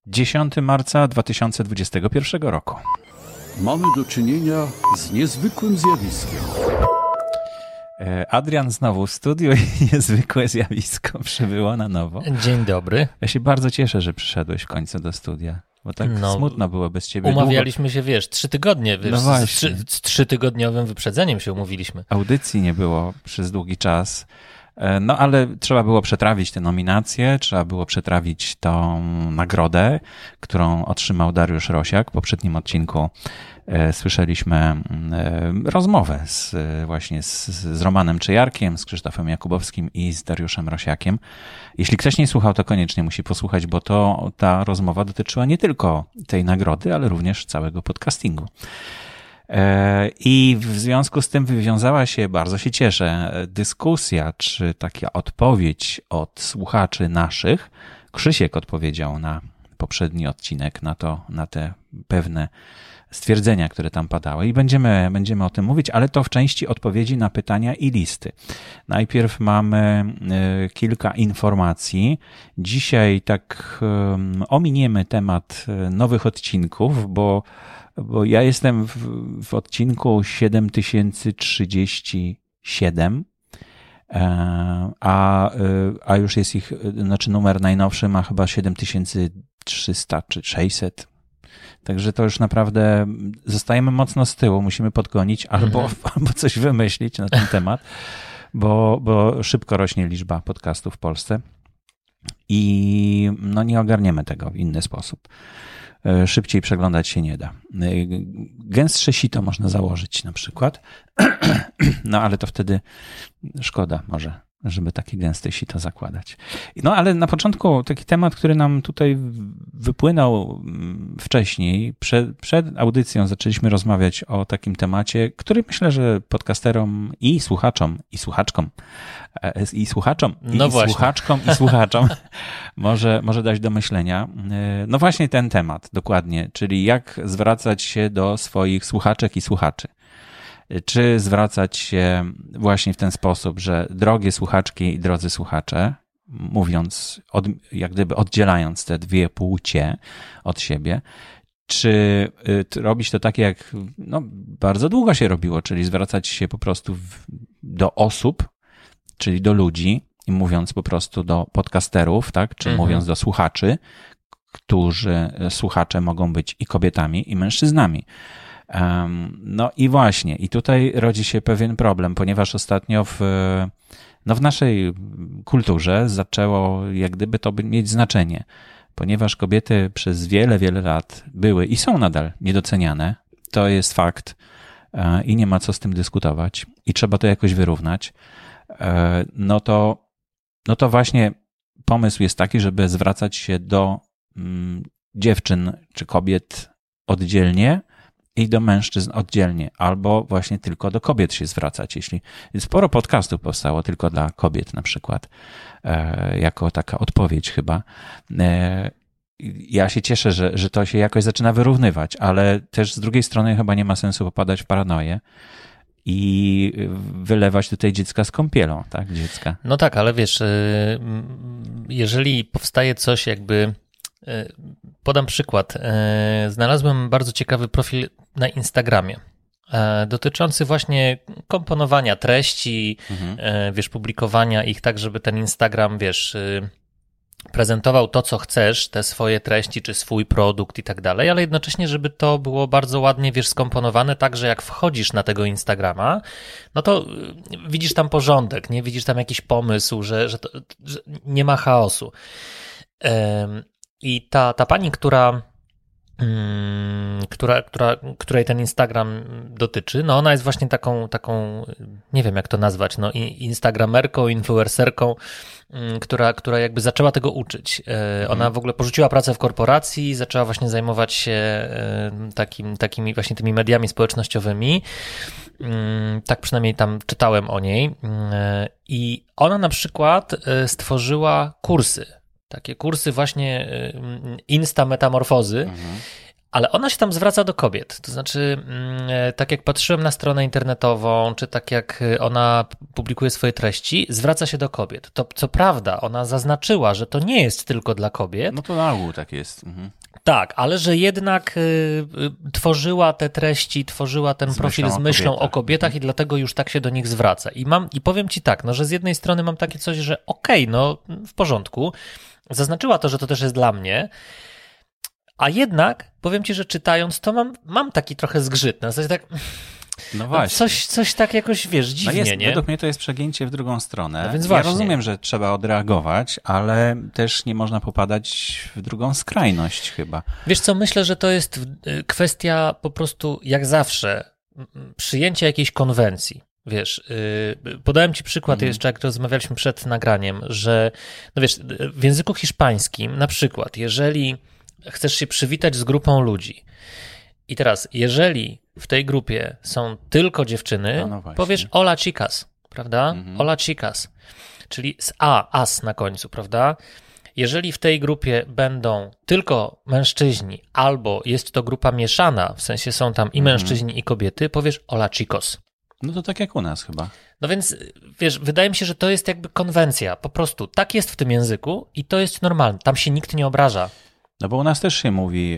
10 marca 2021 roku. Mamy do czynienia z niezwykłym zjawiskiem. Adrian znowu w studiu i niezwykłe zjawisko przybyło na nowo. Dzień dobry. Ja się bardzo cieszę, że przyszedłeś w końcu do studia, bo tak smutno było bez ciebie. Umawialiśmy się, 3 tygodnie, No właśnie. z 3-tygodniowym wyprzedzeniem się umówiliśmy. Audycji nie było przez długi czas, no ale trzeba było przetrawić te nominacje, trzeba było przetrawić tą nagrodę, którą otrzymał Dariusz Rosiak. W poprzednim odcinku słyszeliśmy rozmowę właśnie z Romanem Czyjarkiem, z Krzysztofem Jakubowskim i z Dariuszem Rosiakiem. Jeśli ktoś nie słuchał, to koniecznie musi posłuchać, bo ta rozmowa dotyczyła nie tylko tej nagrody, ale również całego podcastingu. I w związku z tym wywiązała się, bardzo się cieszę, dyskusja, czy taka odpowiedź od słuchaczy naszych. Krzysiek odpowiedział na poprzedni odcinek, na te pewne stwierdzenia, które tam padały i będziemy o tym mówić, ale to w części odpowiedzi na pytania i listy. Najpierw mamy kilka informacji. Dzisiaj tak ominiemy temat nowych odcinków, bo ja jestem w odcinku 7037, a już jest ich, znaczy numer najnowszy ma chyba 7300 czy 600. Także to już naprawdę zostajemy mocno z tyłu, musimy podgonić albo coś wymyślić na ten temat, bo szybko rośnie liczba podcastów w Polsce i no nie ogarniemy tego w inny sposób. Szybciej przeglądać się nie da. Gęstsze sito można założyć na przykład, no ale to wtedy szkoda może, żeby takie gęste sito zakładać. No ale na początku taki temat, który nam tutaj wypłynął wcześniej, przed audycją zaczęliśmy rozmawiać o takim temacie, który myślę, że podcasterom i słuchaczom, i słuchaczkom, i słuchaczom, no i słuchaczkom, i słuchaczom może dać do myślenia. No właśnie ten temat, dokładnie, czyli jak zwracać się do swoich słuchaczek i słuchaczy. Czy zwracać się właśnie w ten sposób, że drogie słuchaczki i drodzy słuchacze, mówiąc, jak gdyby oddzielając te dwie płcie od siebie, czy robić to tak, jak bardzo długo się robiło, czyli zwracać się po prostu do osób, czyli do ludzi i mówiąc po prostu do podcasterów, tak, czy mówiąc do słuchaczy, słuchacze mogą być i kobietami, i mężczyznami. No i właśnie, i tutaj rodzi się pewien problem, ponieważ ostatnio w naszej kulturze zaczęło jak gdyby to mieć znaczenie, ponieważ kobiety przez wiele, wiele lat były i są nadal niedoceniane, to jest fakt i nie ma co z tym dyskutować i trzeba to jakoś wyrównać, no to właśnie pomysł jest taki, żeby zwracać się do dziewczyn czy kobiet oddzielnie, i do mężczyzn oddzielnie, albo właśnie tylko do kobiet się zwracać. Sporo podcastów powstało tylko dla kobiet na przykład, jako taka odpowiedź chyba. Ja się cieszę, że to się jakoś zaczyna wyrównywać, ale też z drugiej strony chyba nie ma sensu popadać w paranoję i wylewać tutaj dziecka z kąpielą, tak, dziecka. No tak, ale wiesz, jeżeli powstaje coś jakby... Podam przykład. Znalazłem bardzo ciekawy profil na Instagramie dotyczący właśnie komponowania treści, publikowania ich tak, żeby ten Instagram, prezentował to, co chcesz, te swoje treści, czy swój produkt i tak dalej, ale jednocześnie, żeby to było bardzo ładnie, skomponowane, tak, że jak wchodzisz na tego Instagrama, no to widzisz tam porządek, nie? Widzisz tam jakiś pomysł, że nie ma chaosu. I ta pani, której ten Instagram dotyczy, no ona jest właśnie taką, nie wiem jak to nazwać, instagramerką, influencerką, która jakby zaczęła tego uczyć. Ona w ogóle porzuciła pracę w korporacji, zaczęła właśnie zajmować się takimi właśnie tymi mediami społecznościowymi. Tak przynajmniej tam czytałem o niej. I ona na przykład stworzyła kursy. Takie kursy właśnie insta metamorfozy, Ale ona się tam zwraca do kobiet. To znaczy, tak jak patrzyłem na stronę internetową, czy tak jak ona publikuje swoje treści, zwraca się do kobiet. To co prawda, ona zaznaczyła, że to nie jest tylko dla kobiet. No to na ogół tak jest. Tak, ale że jednak tworzyła te treści, tworzyła ten profil z myślą o kobietach i dlatego już tak się do nich zwraca. I powiem ci tak, no, że z jednej strony mam takie coś, że okej, no w porządku, zaznaczyła to, że to też jest dla mnie, a jednak powiem ci, że czytając to mam taki trochę zgrzyt. Na zasadzie tak... No właśnie. Coś tak jakoś, wiesz, dziwnie, nie? Według mnie to jest przegięcie w drugą stronę. No więc ja rozumiem, że trzeba odreagować, ale też nie można popadać w drugą skrajność chyba. Wiesz co, myślę, że to jest kwestia po prostu, jak zawsze, przyjęcia jakiejś konwencji. Wiesz, podałem ci przykład jeszcze, jak rozmawialiśmy przed nagraniem, że no wiesz, w języku hiszpańskim na przykład, jeżeli chcesz się przywitać z grupą ludzi i teraz, jeżeli w tej grupie są tylko dziewczyny, powiesz hola chicas, prawda? Hola chicas, czyli z as na końcu, prawda? Jeżeli w tej grupie będą tylko mężczyźni albo jest to grupa mieszana, w sensie są tam i mężczyźni i kobiety, powiesz hola chicos. No to tak jak u nas chyba. No więc, wiesz, wydaje mi się, że to jest jakby konwencja, po prostu tak jest w tym języku i to jest normalne, tam się nikt nie obraża. No bo u nas też się mówi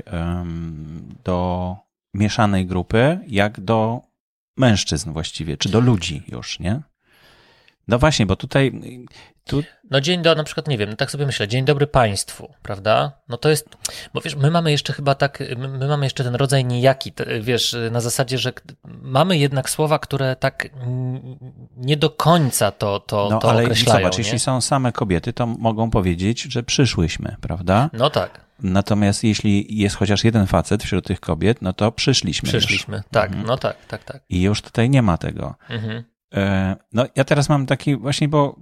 do mieszanej grupy jak do mężczyzn właściwie, czy do ludzi już, nie? No właśnie, bo tutaj... No na przykład, nie wiem, no tak sobie myślę, dzień dobry państwu, prawda? No to jest, bo wiesz, my mamy jeszcze chyba tak, my mamy jeszcze ten rodzaj nijaki, wiesz, na zasadzie, że mamy jednak słowa, które tak nie do końca to ale określają. Zobacz, nie? jeśli są same kobiety, to mogą powiedzieć, że przyszłyśmy, prawda? No tak. Natomiast jeśli jest chociaż jeden facet wśród tych kobiet, no to przyszliśmy. Tak, no tak. I już tutaj nie ma tego. No ja teraz mam taki właśnie, bo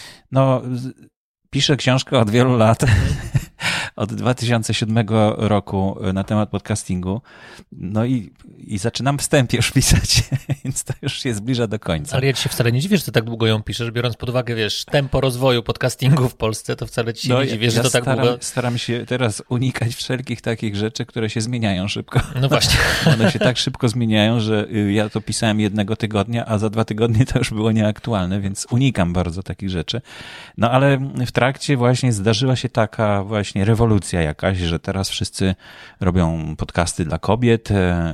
piszę książkę od wielu lat, od 2007 roku na temat podcastingu, no i zaczynam wstęp już pisać, więc to już się zbliża do końca. Ale ja ci się wcale nie dziwię, że ty tak długo ją piszesz, biorąc pod uwagę, wiesz, tempo rozwoju podcastingu w Polsce, to wcale ci się nie dziwię, że to tak długo... Staram się teraz unikać wszelkich takich rzeczy, które się zmieniają szybko. No właśnie. One się tak szybko zmieniają, że ja to pisałem jednego tygodnia, a za 2 tygodnie to już było nieaktualne, więc unikam bardzo takich rzeczy. No ale w trakcie właśnie zdarzyła się taka właśnie rewolucja jakaś, że teraz wszyscy robią podcasty dla kobiet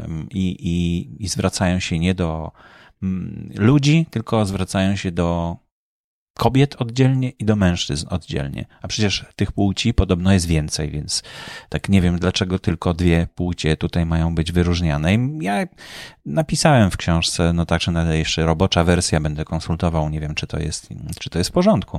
i zwracają się nie do ludzi, tylko zwracają się do kobiet oddzielnie i do mężczyzn oddzielnie. A przecież tych płci podobno jest więcej, więc tak nie wiem, dlaczego tylko 2 płcie tutaj mają być wyróżniane. I ja napisałem w książce, no tak, że nadaje jeszcze robocza wersja, będę konsultował, nie wiem, czy to jest w porządku.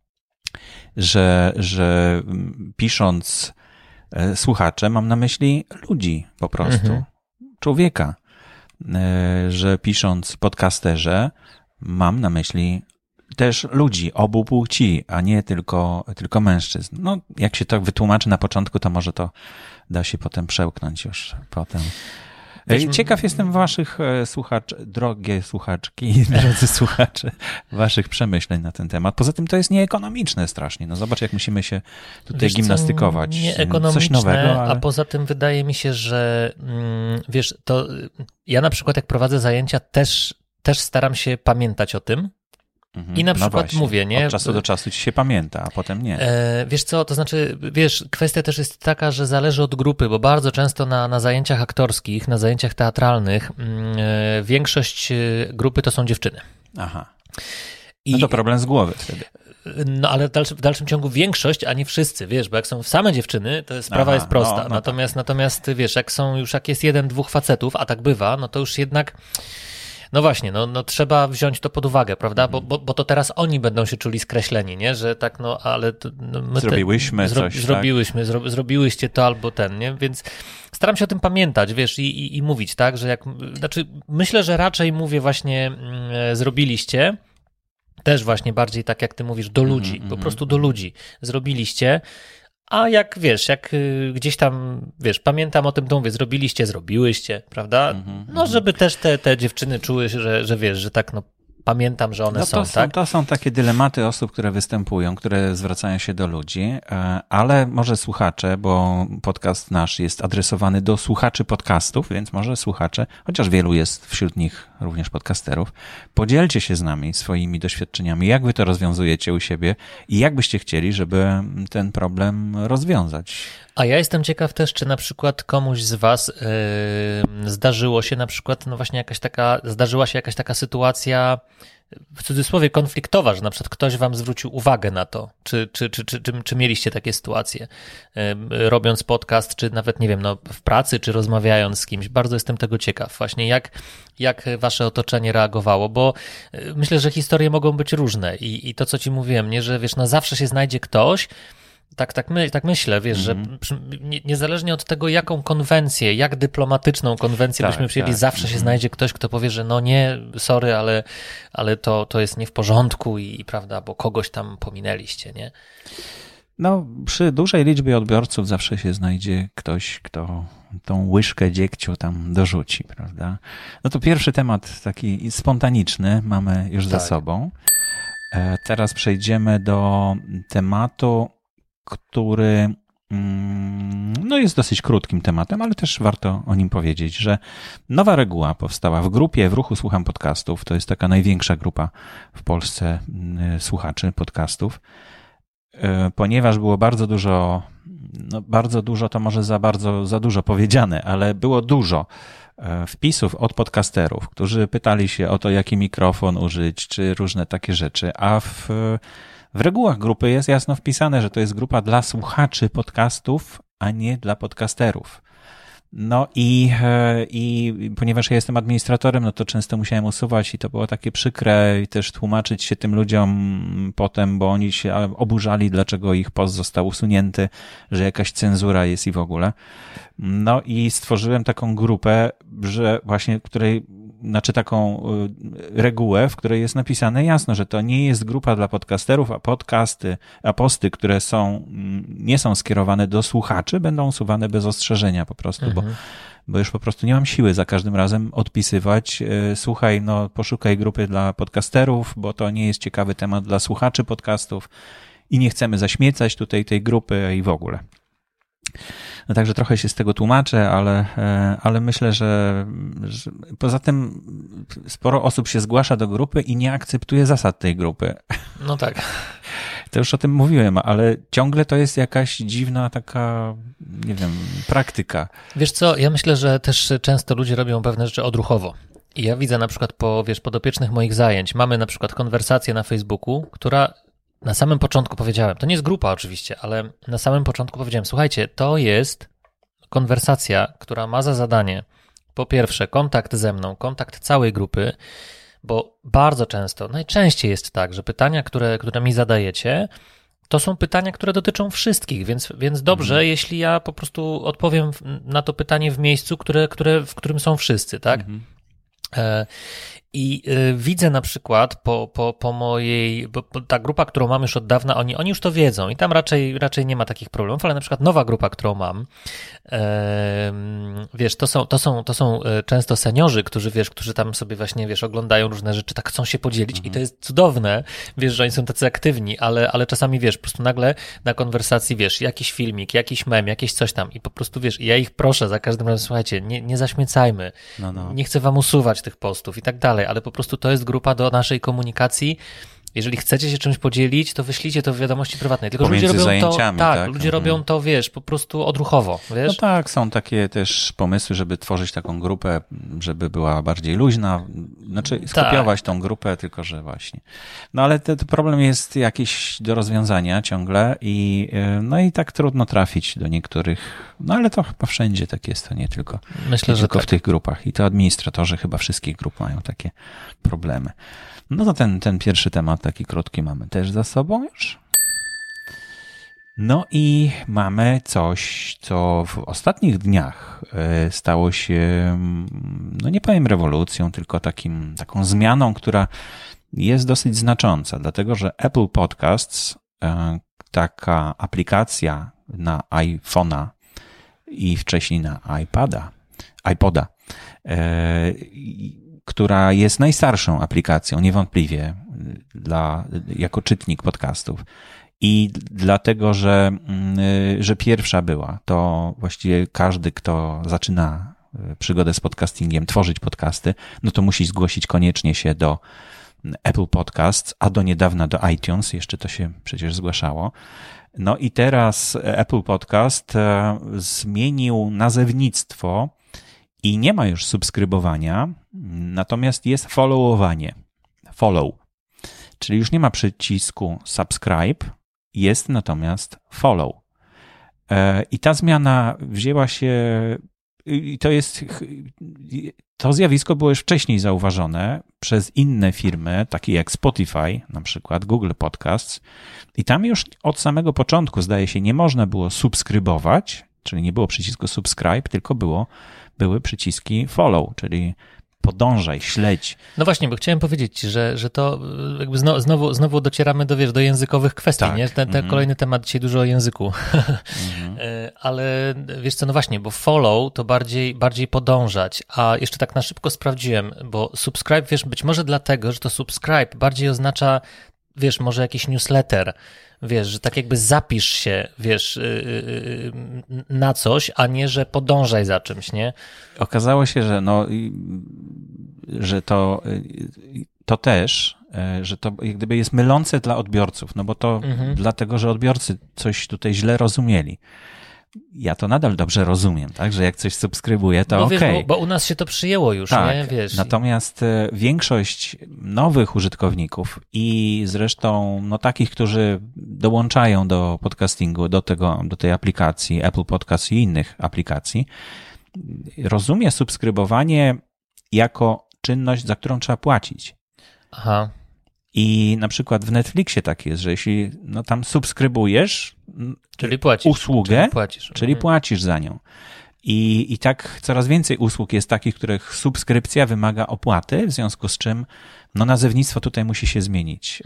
Że pisząc słuchacze, mam na myśli ludzi po prostu, człowieka. Że pisząc podcasterze, mam na myśli też ludzi, obu płci, a nie tylko mężczyzn. No, jak się to wytłumaczy na początku, to może to da się potem przełknąć już potem. Ciekaw jestem waszych słuchaczy, drogie słuchaczki, drodzy słuchacze, waszych przemyśleń na ten temat. Poza tym to jest nieekonomiczne strasznie. No zobacz, jak musimy się tutaj gimnastykować. Nieekonomiczne, coś nowego, ale... a poza tym wydaje mi się, że wiesz, to ja na przykład jak prowadzę zajęcia też staram się pamiętać o tym. I na przykład mówię, nie? Od czasu do czasu ci się pamięta, a potem nie. Wiesz co, to znaczy, wiesz, kwestia też jest taka, że zależy od grupy, bo bardzo często na zajęciach aktorskich, na zajęciach teatralnych większość grupy to są dziewczyny. Aha. No to problem z głowy wtedy. No ale w dalszym ciągu większość, a nie wszyscy, wiesz, bo jak są same dziewczyny, to sprawa jest prosta. Natomiast wiesz, jak jest 1-2 facetów, a tak bywa, no to już jednak... No właśnie, no trzeba wziąć to pod uwagę, prawda? Bo to teraz oni będą się czuli skreśleni, nie? Że tak, no ale... my zrobiłyśmy coś, zrobiłyście to albo ten, nie? Więc staram się o tym pamiętać, wiesz, i mówić, tak? Że znaczy, myślę, że raczej mówię właśnie zrobiliście, też właśnie bardziej tak jak ty mówisz, do ludzi, po prostu do ludzi. Zrobiliście, a jak wiesz, jak gdzieś tam, wiesz, pamiętam o tym, to mówię, zrobiłyście, prawda? No, żeby też te dziewczyny czuły, że wiesz, że tak, no pamiętam, że one są, tak? To są takie dylematy osób, które występują, które zwracają się do ludzi, ale może słuchacze, bo podcast nasz jest adresowany do słuchaczy podcastów, więc może słuchacze, chociaż wielu jest wśród nich również podcasterów, podzielcie się z nami swoimi doświadczeniami, jak wy to rozwiązujecie u siebie i jak byście chcieli, żeby ten problem rozwiązać. A ja jestem ciekaw też, czy na przykład komuś z was zdarzyło się na przykład, no właśnie zdarzyła się jakaś taka sytuacja, w cudzysłowie konfliktowa, że na przykład ktoś wam zwrócił uwagę na to, czy mieliście takie sytuacje, robiąc podcast, czy nawet, nie wiem, no w pracy, czy rozmawiając z kimś. Bardzo jestem tego ciekaw właśnie, jak wasze otoczenie reagowało, bo myślę, że historie mogą być różne i to, co ci mówiłem, nie, że wiesz, no zawsze się znajdzie ktoś. Tak myślę, wiesz, że niezależnie od tego, jaką konwencję, jak dyplomatyczną konwencję byśmy przyjęli, zawsze się znajdzie ktoś, kto powie, że no nie, sorry, ale to jest nie w porządku i prawda, bo kogoś tam pominęliście, nie? No, przy dużej liczbie odbiorców zawsze się znajdzie ktoś, kto tą łyżkę dziegciu tam dorzuci, prawda? No to pierwszy temat taki spontaniczny mamy już za sobą. Teraz przejdziemy do tematu, który no jest dosyć krótkim tematem, ale też warto o nim powiedzieć, że nowa reguła powstała w grupie W Ruchu Słucham Podcastów. To jest taka największa grupa w Polsce słuchaczy podcastów, ponieważ było bardzo dużo to może za dużo powiedziane, ale było dużo wpisów od podcasterów, którzy pytali się o to, jaki mikrofon użyć, czy różne takie rzeczy, a w regułach grupy jest jasno wpisane, że to jest grupa dla słuchaczy podcastów, a nie dla podcasterów. No i ponieważ ja jestem administratorem, no to często musiałem usuwać i to było takie przykre i też tłumaczyć się tym ludziom potem, bo oni się oburzali, dlaczego ich post został usunięty, że jakaś cenzura jest i w ogóle. No i stworzyłem taką grupę, że właśnie taką regułę, w której jest napisane jasno, że to nie jest grupa dla podcasterów, a posty, które nie są skierowane do słuchaczy, będą usuwane bez ostrzeżenia po prostu, bo już po prostu nie mam siły za każdym razem odpisywać, słuchaj, no poszukaj grupy dla podcasterów, bo to nie jest ciekawy temat dla słuchaczy podcastów i nie chcemy zaśmiecać tutaj tej grupy i w ogóle. No także trochę się z tego tłumaczę, ale myślę, że poza tym sporo osób się zgłasza do grupy i nie akceptuje zasad tej grupy. No tak. To już o tym mówiłem, ale ciągle to jest jakaś dziwna taka, nie wiem, praktyka. Wiesz co, ja myślę, że też często ludzie robią pewne rzeczy odruchowo. I ja widzę na przykład po podopiecznych moich zajęć, mamy na przykład konwersację na Facebooku, która na samym początku powiedziałem, to nie jest grupa oczywiście, ale na samym początku powiedziałem, słuchajcie, to jest konwersacja, która ma za zadanie po pierwsze kontakt ze mną, kontakt całej grupy, bo bardzo często, najczęściej jest tak, że pytania, które mi zadajecie, to są pytania, które dotyczą wszystkich, więc dobrze, jeśli ja po prostu odpowiem na to pytanie w miejscu, w którym są wszyscy, tak? I widzę na przykład po mojej, bo ta grupa, którą mam już od dawna, oni już to wiedzą i tam raczej nie ma takich problemów, ale na przykład nowa grupa, którą mam, wiesz, to są często seniorzy, którzy tam sobie właśnie, wiesz, oglądają różne rzeczy, tak chcą się podzielić i to jest cudowne, wiesz, że oni są tacy aktywni, ale czasami, wiesz, po prostu nagle na konwersacji, wiesz, jakiś filmik, jakiś mem, jakieś coś tam i po prostu, wiesz, ja ich proszę za każdym razem, słuchajcie, nie zaśmiecajmy, nie chcę wam usuwać tych postów i tak dalej, ale po prostu to jest grupa do naszej komunikacji. Jeżeli chcecie się czymś podzielić, to wyślijcie to w wiadomości prywatnej. Tylko ludzie robią to, ludzie robią to, wiesz, po prostu odruchowo, wiesz? No tak, są takie też pomysły, żeby tworzyć taką grupę, żeby była bardziej luźna, znaczy skopiować tą grupę, tylko że właśnie. No ale ten problem jest jakiś do rozwiązania ciągle i tak trudno trafić do niektórych, no ale to chyba wszędzie tak jest, to nie tylko, w tych grupach i to administratorzy chyba wszystkich grup mają takie problemy. No to ten pierwszy temat taki krótki mamy też za sobą już. No i mamy coś, co w ostatnich dniach stało się, no nie powiem rewolucją, tylko taką zmianą, która jest dosyć znacząca, dlatego że Apple Podcasts, taka aplikacja na iPhone'a i wcześniej na iPoda, która jest najstarszą aplikacją, niewątpliwie, jako czytnik podcastów. I dlatego, że pierwsza była, to właściwie każdy, kto zaczyna przygodę z podcastingiem, tworzyć podcasty, no to musi zgłosić koniecznie się do Apple Podcasts, a do niedawna do iTunes, jeszcze to się przecież zgłaszało. No i teraz Apple Podcast zmienił nazewnictwo i nie ma już subskrybowania, natomiast jest followowanie. Follow. Czyli już nie ma przycisku subscribe, jest natomiast follow. I ta zmiana wzięła się, i to zjawisko było już wcześniej zauważone przez inne firmy, takie jak Spotify, na przykład Google Podcasts, i tam już od samego początku, zdaje się, nie można było subskrybować, czyli nie było przycisku subscribe, tylko były przyciski follow, czyli podążaj, śledź. No właśnie, bo chciałem powiedzieć ci, że to jakby znowu docieramy do językowych kwestii, tak. Nie? Ten kolejny temat, dzisiaj dużo o języku. Ale wiesz co, no właśnie, bo follow to bardziej podążać, a jeszcze tak na szybko sprawdziłem, bo subscribe, wiesz, być może dlatego, że to subscribe bardziej oznacza, wiesz, może jakiś newsletter, wiesz, że tak jakby zapisz się, wiesz, na coś, a nie, że podążaj za czymś, nie? Okazało się, że to też, że to jak gdyby jest mylące dla odbiorców, no bo to dlatego, że odbiorcy coś tutaj źle rozumieli. Ja to nadal dobrze rozumiem, tak, że jak coś subskrybuję, to okej. Wiesz, bo u nas się to przyjęło już, tak, nie? Wiesz. Natomiast większość nowych użytkowników i zresztą takich, którzy dołączają do podcastingu, do tej aplikacji Apple Podcast i innych aplikacji, rozumie subskrybowanie jako czynność, za którą trzeba płacić. Aha. I na przykład w Netflixie tak jest, że jeśli tam subskrybujesz czyli płacisz, usługę, czyli płacisz za nią. I tak coraz więcej usług jest takich, których subskrypcja wymaga opłaty, w związku z czym nazewnictwo tutaj musi się zmienić.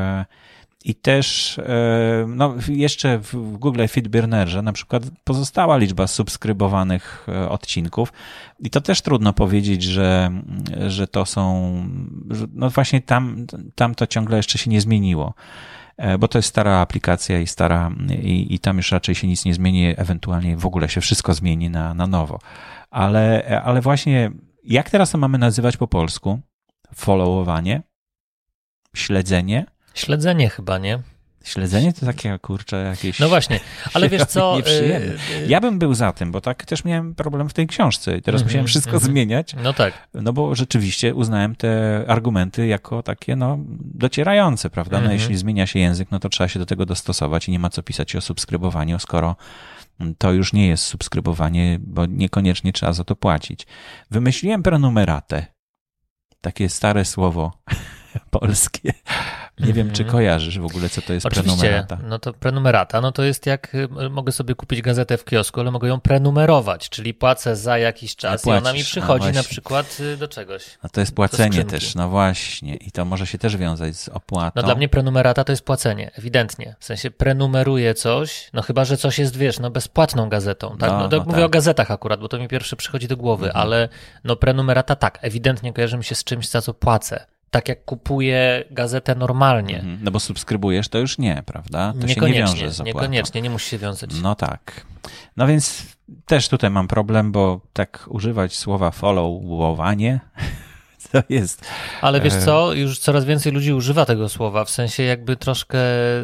I też jeszcze w Google Feedburnerze na przykład pozostała liczba subskrybowanych odcinków i to też trudno powiedzieć, że to są, właśnie tam to ciągle jeszcze się nie zmieniło, bo to jest stara aplikacja i tam już raczej się nic nie zmieni, ewentualnie w ogóle się wszystko zmieni na nowo. Ale właśnie jak teraz to mamy nazywać po polsku? Followowanie? Śledzenie? Śledzenie chyba, nie? Śledzenie to takie, kurczę, jakieś... No właśnie, ale wiesz co... Nieprzyjemne. Ja bym był za tym, bo tak też miałem problem w tej książce i teraz musiałem wszystko zmieniać. No tak. No bo rzeczywiście uznałem te argumenty jako takie, docierające, prawda? No jeśli zmienia się język, no to trzeba się do tego dostosować i nie ma co pisać o subskrybowaniu, skoro to już nie jest subskrybowanie, bo niekoniecznie trzeba za to płacić. Wymyśliłem prenumeratę. Takie stare słowo polskie. Nie wiem, czy kojarzysz w ogóle, co to jest prenumerata. No to prenumerata, to jest jak mogę sobie kupić gazetę w kiosku, ale mogę ją prenumerować, czyli płacę za jakiś czas i ona mi przychodzi na przykład do czegoś. No to jest płacenie też, no właśnie. I to może się też wiązać z opłatą. No dla mnie prenumerata to jest płacenie, ewidentnie. W sensie prenumeruję coś, chyba, że coś jest, wiesz, bezpłatną gazetą. Tak? Mówię o gazetach akurat, bo to mi pierwsze przychodzi do głowy, ale prenumerata tak, ewidentnie kojarzy mi się z czymś, za co płacę. Tak jak kupuję gazetę normalnie. No bo subskrybujesz, to już nie, prawda? To się nie wiąże z opłatą. Niekoniecznie, nie musi się wiązać. No tak. No więc też tutaj mam problem, bo tak używać słowa followowanie to jest... Ale wiesz co, już coraz więcej ludzi używa tego słowa, w sensie jakby troszkę...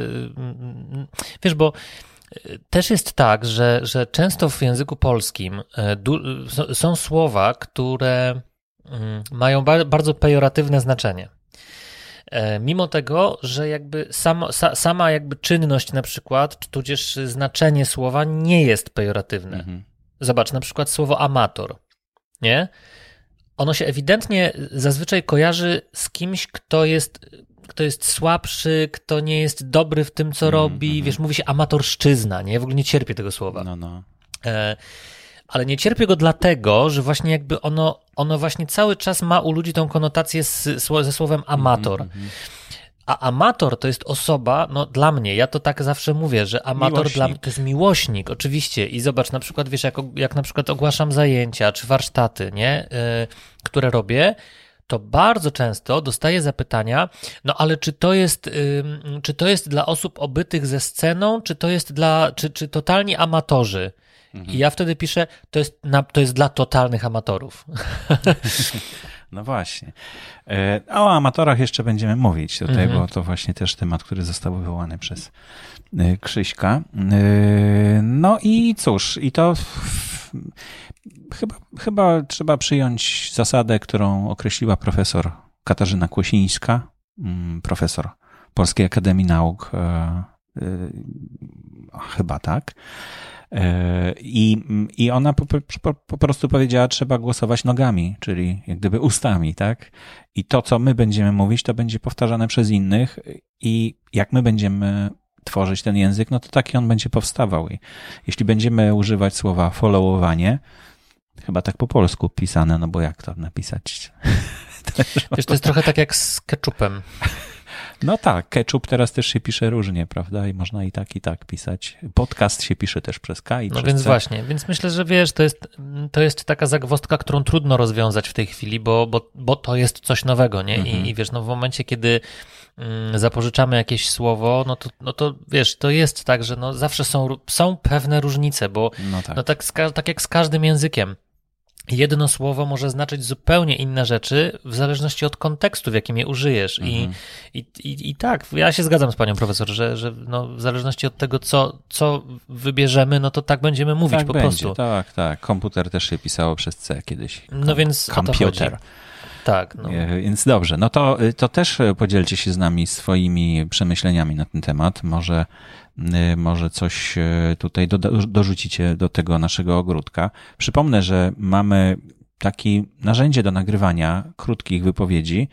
Wiesz, bo też jest tak, że często w języku polskim są słowa, które mają bardzo pejoratywne znaczenie. Mimo tego, że jakby sama jakby czynność na przykład, tudzież znaczenie słowa nie jest pejoratywne. Zobacz, na przykład słowo amator, nie? Ono się ewidentnie zazwyczaj kojarzy z kimś, kto jest słabszy, kto nie jest dobry w tym, co robi. Wiesz, mówi się amatorszczyzna, nie? W ogóle nie cierpię tego słowa. Ale nie cierpię go dlatego, że właśnie jakby ono właśnie cały czas ma u ludzi tą konotację ze słowem amator. A amator to jest osoba, no dla mnie, ja to tak zawsze mówię, że amator dla mnie to jest miłośnik, oczywiście. I zobacz, na przykład, wiesz, jak na przykład ogłaszam zajęcia czy warsztaty, nie, które robię, to bardzo często dostaję zapytania, no ale czy to jest dla osób obytych ze sceną, czy to jest czy totalni amatorzy? I ja wtedy piszę, to jest dla totalnych amatorów. No właśnie. O amatorach jeszcze będziemy mówić tutaj, bo to właśnie też temat, który został wywołany przez Krzyśka. No i cóż, i to chyba trzeba przyjąć zasadę, którą określiła profesor Katarzyna Kłosińska, profesor Polskiej Akademii Nauk, chyba tak. I ona po prostu powiedziała, trzeba głosować nogami, czyli jak gdyby ustami, tak? I to, co my będziemy mówić, to będzie powtarzane przez innych i jak my będziemy tworzyć ten język, no to taki on będzie powstawał. I jeśli będziemy używać słowa followowanie, chyba tak po polsku pisane, no bo jak to napisać? Wiesz, to jest trochę tak jak z ketchupem. No tak, ketchup teraz też się pisze różnie, prawda? I można i tak pisać. Podcast się pisze też przez K i no przez więc C. Właśnie, więc myślę, że wiesz, to jest taka zagwozdka, którą trudno rozwiązać w tej chwili, bo to jest coś nowego, nie? I wiesz, no w momencie, kiedy zapożyczamy jakieś słowo, no to wiesz, to jest tak, że no zawsze są pewne różnice, bo tak jak z każdym językiem. Jedno słowo może znaczyć zupełnie inne rzeczy w zależności od kontekstu, w jakim je użyjesz. I tak, ja się zgadzam z panią profesor, że no w zależności od tego, co wybierzemy, no to tak będziemy mówić tak po będzie, prostu. Tak. Komputer też się pisało przez C kiedyś. No więc komputer. Tak. No. Więc dobrze, no to też podzielcie się z nami swoimi przemyśleniami na ten temat. Może coś tutaj dorzucicie do tego naszego ogródka. Przypomnę, że mamy takie narzędzie do nagrywania krótkich wypowiedzi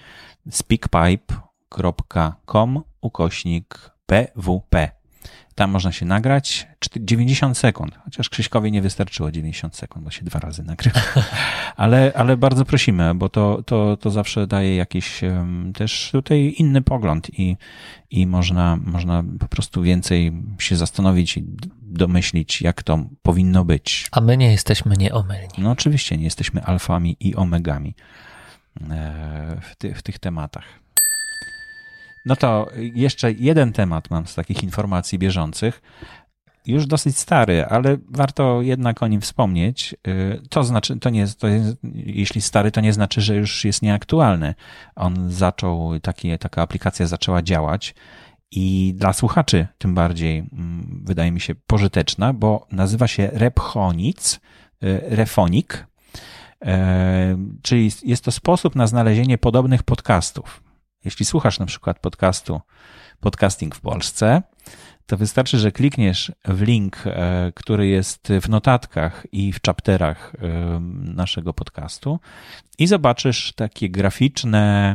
speakpipe.com/PWP. Tam można się nagrać 90 sekund, chociaż Krzyśkowi nie wystarczyło 90 sekund, bo się 2 razy nagrywa. Ale bardzo prosimy, bo to zawsze daje jakiś też tutaj inny pogląd i można po prostu więcej się zastanowić i domyślić, jak to powinno być. A my nie jesteśmy nieomylni. No oczywiście, nie jesteśmy alfami i omegami w tych tematach. No to jeszcze jeden temat mam z takich informacji bieżących. Już dosyć stary, ale warto jednak o nim wspomnieć. To znaczy, jeśli stary, to nie znaczy, że już jest nieaktualny. On taka aplikacja zaczęła działać i dla słuchaczy tym bardziej wydaje mi się pożyteczna, bo nazywa się Rephonic, czyli jest to sposób na znalezienie podobnych podcastów. Jeśli słuchasz na przykład podcastu Podcasting w Polsce, to wystarczy, że klikniesz w link, który jest w notatkach i w chapterach naszego podcastu i zobaczysz takie graficzne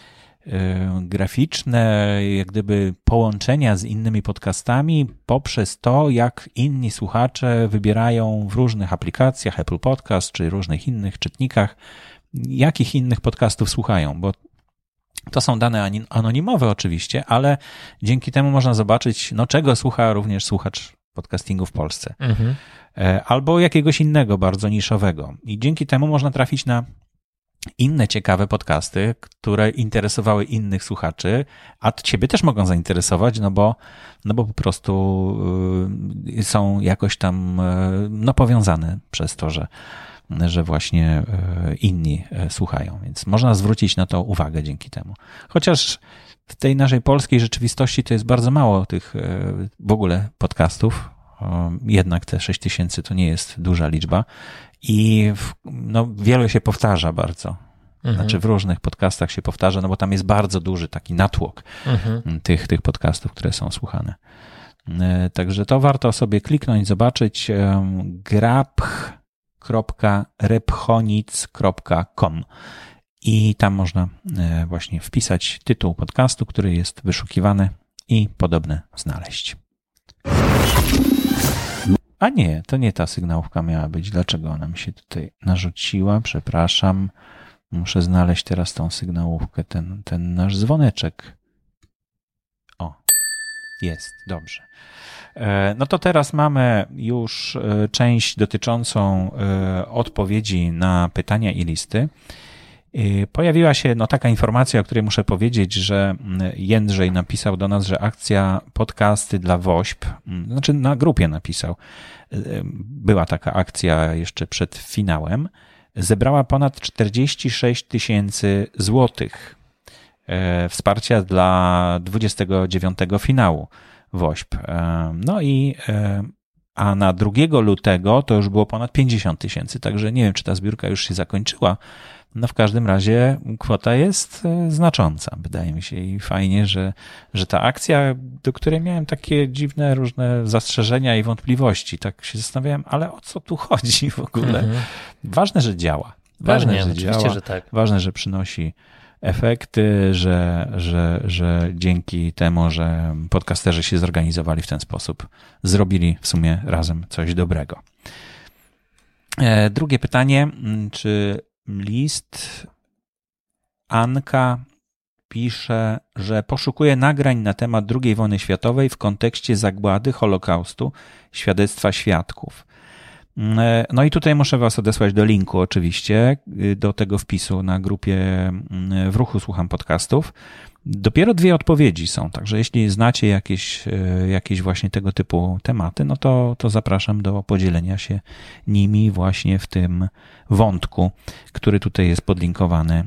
jak gdyby połączenia z innymi podcastami poprzez to, jak inni słuchacze wybierają w różnych aplikacjach, Apple Podcast czy różnych innych czytnikach, jakich innych podcastów słuchają, bo to są dane anonimowe oczywiście, ale dzięki temu można zobaczyć, czego słucha również słuchacz podcastingu w Polsce. Albo jakiegoś innego, bardzo niszowego. I dzięki temu można trafić na inne ciekawe podcasty, które interesowały innych słuchaczy, a ciebie też mogą zainteresować, no bo po prostu są jakoś tam powiązane przez to, że właśnie inni słuchają, więc można zwrócić na to uwagę dzięki temu. Chociaż w tej naszej polskiej rzeczywistości to jest bardzo mało tych w ogóle podcastów, jednak te 6000 to nie jest duża liczba i wiele się powtarza bardzo. Znaczy w różnych podcastach się powtarza, bo tam jest bardzo duży taki natłok tych podcastów, które są słuchane. Także to warto sobie kliknąć, zobaczyć graph.rephonic.com i tam można właśnie wpisać tytuł podcastu, który jest wyszukiwany i podobne znaleźć. A nie, to nie ta sygnałówka miała być. Dlaczego ona mi się tutaj narzuciła? Przepraszam. Muszę znaleźć teraz tą sygnałówkę, ten nasz dzwoneczek. Jest, dobrze. No to teraz mamy już część dotyczącą odpowiedzi na pytania i listy. Pojawiła się taka informacja, o której muszę powiedzieć, że Jędrzej napisał do nas, że akcja podcasty dla WOŚP, znaczy na grupie napisał, była taka akcja jeszcze przed finałem, zebrała ponad 46 000 złotych wsparcia dla 29 finału WOŚP. A na 2 lutego to już było ponad 50 000, także nie wiem, czy ta zbiórka już się zakończyła. No w każdym razie kwota jest znacząca, wydaje mi się, i fajnie, że ta akcja, do której miałem takie dziwne różne zastrzeżenia i wątpliwości, tak się zastanawiałem, ale o co tu chodzi w ogóle? Ważne, że działa. Ważne, że działa. Że tak. Ważne, że przynosi efekty, że dzięki temu, że podcasterzy się zorganizowali w ten sposób, zrobili w sumie razem coś dobrego. Drugie pytanie, czy list Anka pisze, że poszukuje nagrań na temat II wojny światowej w kontekście zagłady, Holokaustu, świadectwa świadków. No i tutaj muszę was odesłać do linku oczywiście, do tego wpisu na grupie W Ruchu Słucham Podcastów. Dopiero 2 odpowiedzi są, także jeśli znacie jakieś właśnie tego typu tematy, no to zapraszam do podzielenia się nimi właśnie w tym wątku, który tutaj jest podlinkowany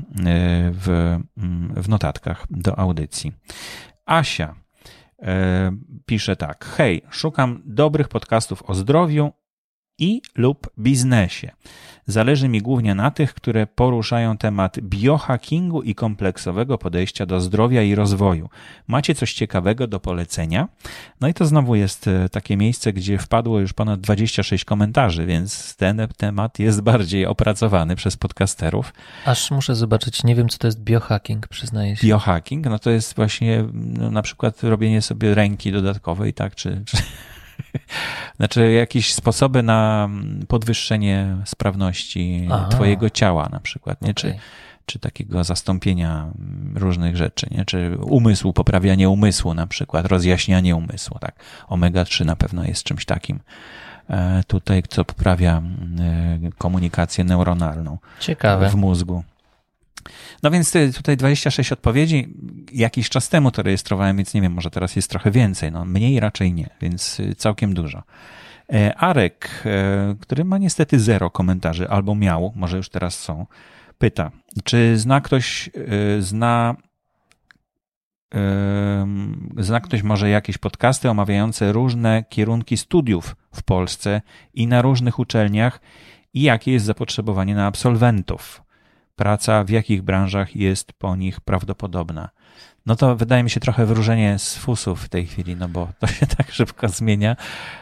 w notatkach do audycji. Asia pisze tak: hej, szukam dobrych podcastów o zdrowiu i lub biznesie. Zależy mi głównie na tych, które poruszają temat biohackingu i kompleksowego podejścia do zdrowia i rozwoju. Macie coś ciekawego do polecenia? No i to znowu jest takie miejsce, gdzie wpadło już ponad 26 komentarzy, więc ten temat jest bardziej opracowany przez podcasterów. Aż muszę zobaczyć, nie wiem, co to jest biohacking, przyznaję się. Biohacking, no to jest właśnie na przykład robienie sobie ręki dodatkowej, tak, czy znaczy jakieś sposoby na podwyższenie sprawności twojego ciała na przykład, nie? Okay. Czy takiego zastąpienia różnych rzeczy, nie? Czy umysłu, poprawianie umysłu na przykład, rozjaśnianie umysłu, tak? Omega-3 na pewno jest czymś takim tutaj, co poprawia komunikację neuronalną. Ciekawe. W mózgu. No więc tutaj 26 odpowiedzi. Jakiś czas temu to rejestrowałem, więc nie wiem, może teraz jest trochę więcej. No mniej raczej nie, więc całkiem dużo. Arek, który ma niestety 0 komentarzy, albo miał, może już teraz są, pyta, czy zna ktoś może jakieś podcasty omawiające różne kierunki studiów w Polsce i na różnych uczelniach i jakie jest zapotrzebowanie na absolwentów? Praca w jakich branżach jest po nich prawdopodobna? No to wydaje mi się trochę wróżenie z fusów w tej chwili, no bo to się tak szybko zmienia.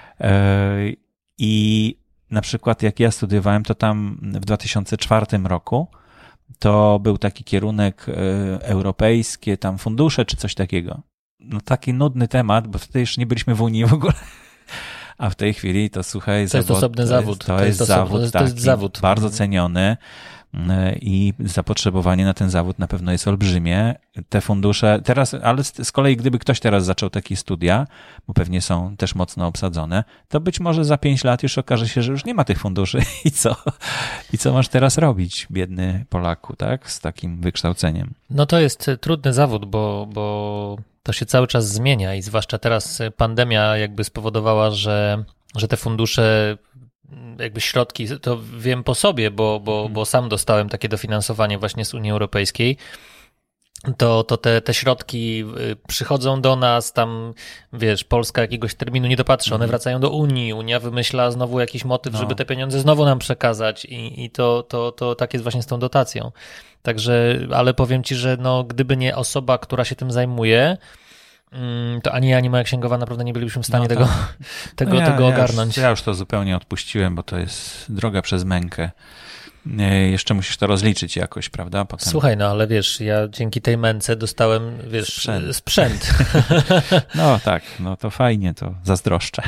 I na przykład jak ja studiowałem, to tam w 2004 roku to był taki kierunek europejskie, tam fundusze czy coś takiego. No taki nudny temat, bo wtedy już nie byliśmy w Unii w ogóle. A w tej chwili to słuchaj, to jest osobny zawód. To jest zawód bardzo ceniony. I zapotrzebowanie na ten zawód na pewno jest olbrzymie. Te fundusze teraz, ale z kolei gdyby ktoś teraz zaczął takie studia, bo pewnie są też mocno obsadzone, to być może za 5 lat już okaże się, że już nie ma tych funduszy i co? I co masz teraz robić, biedny Polaku, tak? Z takim wykształceniem. No to jest trudny zawód, bo to się cały czas zmienia i zwłaszcza teraz pandemia jakby spowodowała, że te fundusze, jakby środki, to wiem po sobie, bo sam dostałem takie dofinansowanie właśnie z Unii Europejskiej, to te środki przychodzą do nas, tam wiesz, Polska jakiegoś terminu nie dopatrzy, one wracają do Unii, Unia wymyśla znowu jakiś motyw, żeby te pieniądze znowu nam przekazać i to tak jest właśnie z tą dotacją. Także, ale powiem ci, że no, gdyby nie osoba, która się tym zajmuje, to ani ja, ani moja księgowa naprawdę nie bylibyśmy w stanie tego ogarnąć. Ja już to zupełnie odpuściłem, bo to jest droga przez mękę. Jeszcze musisz to rozliczyć jakoś, prawda? Potem... Słuchaj, no ale wiesz, ja dzięki tej męce dostałem, wiesz, sprzęt. No tak, no to fajnie, to zazdroszczę.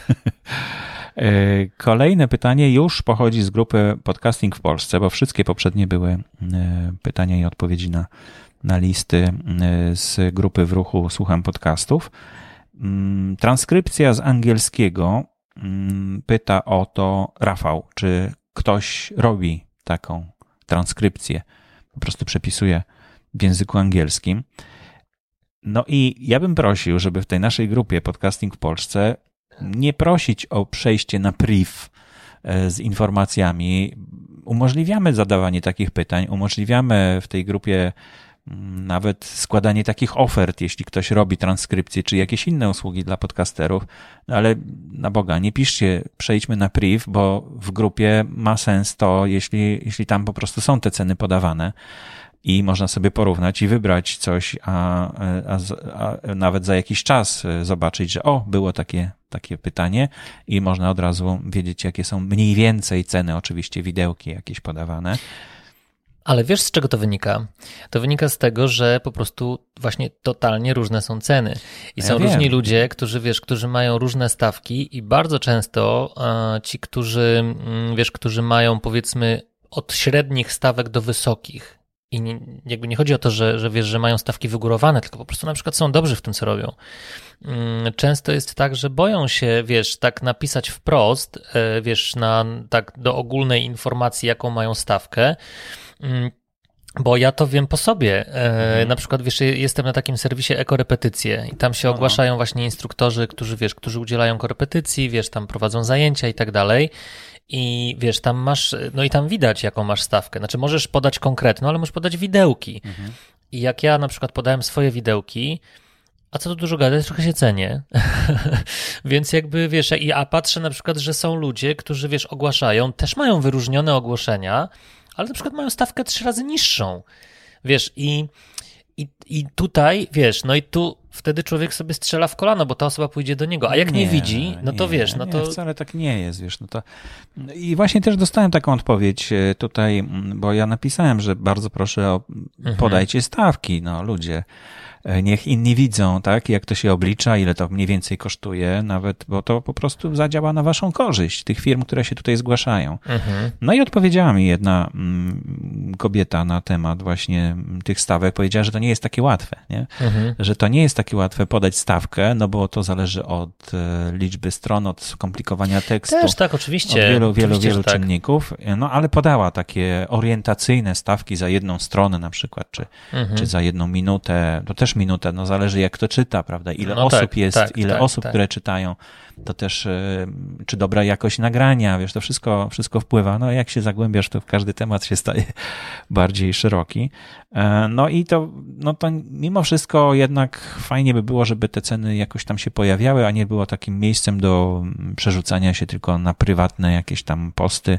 Kolejne pytanie już pochodzi z grupy Podcasting w Polsce, bo wszystkie poprzednie były pytania i odpowiedzi na listy z grupy W Ruchu Słucham Podcastów. Transkrypcja z angielskiego, pyta o to Rafał, czy ktoś robi taką transkrypcję, po prostu przepisuje w języku angielskim. No i ja bym prosił, żeby w tej naszej grupie Podcasting w Polsce nie prosić o przejście na priv z informacjami. Umożliwiamy zadawanie takich pytań, umożliwiamy w tej grupie nawet składanie takich ofert, jeśli ktoś robi transkrypcję, czy jakieś inne usługi dla podcasterów, no ale na Boga, nie piszcie, przejdźmy na priv, bo w grupie ma sens to, jeśli tam po prostu są te ceny podawane i można sobie porównać i wybrać coś, a nawet za jakiś czas zobaczyć, że było takie pytanie i można od razu wiedzieć, jakie są mniej więcej ceny, oczywiście widełki jakieś podawane. Ale wiesz, z czego to wynika? To wynika z tego, że po prostu właśnie totalnie różne są ceny. I są różni ludzie, którzy mają różne stawki i bardzo często ci, którzy mają powiedzmy od średnich stawek do wysokich. I jakby nie chodzi o to, że wiesz, że mają stawki wygórowane, tylko po prostu na przykład są dobrzy w tym, co robią. Często jest tak, że boją się, wiesz, tak napisać wprost, wiesz, tak do ogólnej informacji, jaką mają stawkę, bo ja to wiem po sobie. Na przykład, wiesz, jestem na takim serwisie Ekorepetycje i tam się ogłaszają właśnie instruktorzy, którzy udzielają korepetycji, wiesz, tam prowadzą zajęcia i tak dalej. I wiesz, tam masz, no i tam widać, jaką masz stawkę. Znaczy możesz podać konkretną, ale możesz podać widełki. I jak ja na przykład podałem swoje widełki, a co tu dużo gadać, trochę się cenię. Więc jakby, wiesz, a patrzę na przykład, że są ludzie, którzy, wiesz, ogłaszają, też mają wyróżnione ogłoszenia, ale na przykład mają stawkę 3 razy niższą. Wiesz, i tutaj, wiesz, no i tu wtedy człowiek sobie strzela w kolano, bo ta osoba pójdzie do niego, a jak nie widzi, no to wiesz, no to... Nie, wcale tak nie jest, wiesz, no to... I właśnie też dostałem taką odpowiedź tutaj, bo ja napisałem, że bardzo proszę podajcie stawki, no ludzie. Niech inni widzą, tak, jak to się oblicza, ile to mniej więcej kosztuje, nawet, bo to po prostu zadziała na waszą korzyść, tych firm, które się tutaj zgłaszają. No i odpowiedziała mi jedna kobieta na temat właśnie tych stawek, powiedziała, że to nie jest takie łatwe, nie? Że to nie jest takie łatwe podać stawkę, no bo to zależy od liczby stron, od skomplikowania tekstu. Też tak, oczywiście. Od wielu czynników, no ale podała takie orientacyjne stawki za jedną stronę na przykład, czy za 1 minutę, to też minutę, no zależy jak to czyta, prawda, ile osób jest, ile osób, które czytają, to też, czy dobra jakość nagrania, wiesz, to wszystko wpływa, no jak się zagłębiasz, to każdy temat się staje bardziej szeroki, no i to mimo wszystko jednak fajnie by było, żeby te ceny jakoś tam się pojawiały, a nie było takim miejscem do przerzucania się tylko na prywatne jakieś tam posty,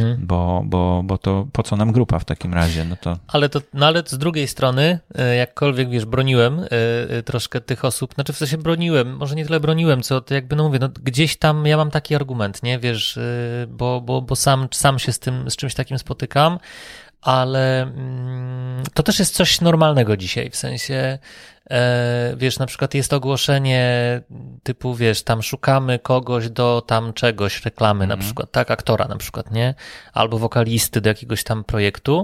bo to po co nam grupa w takim razie, no to... Ale z drugiej strony, jakkolwiek, wiesz, broniłem troszkę tych osób, znaczy w sensie broniłem, może nie tyle broniłem, co to jakby, no mówię, no gdzieś tam ja mam taki argument, nie, wiesz, bo sam się z czymś takim spotykam, ale to też jest coś normalnego dzisiaj, w sensie, wiesz, na przykład jest ogłoszenie typu, wiesz, tam szukamy kogoś do tam czegoś, reklamy na przykład, tak, aktora na przykład, nie, albo wokalisty do jakiegoś tam projektu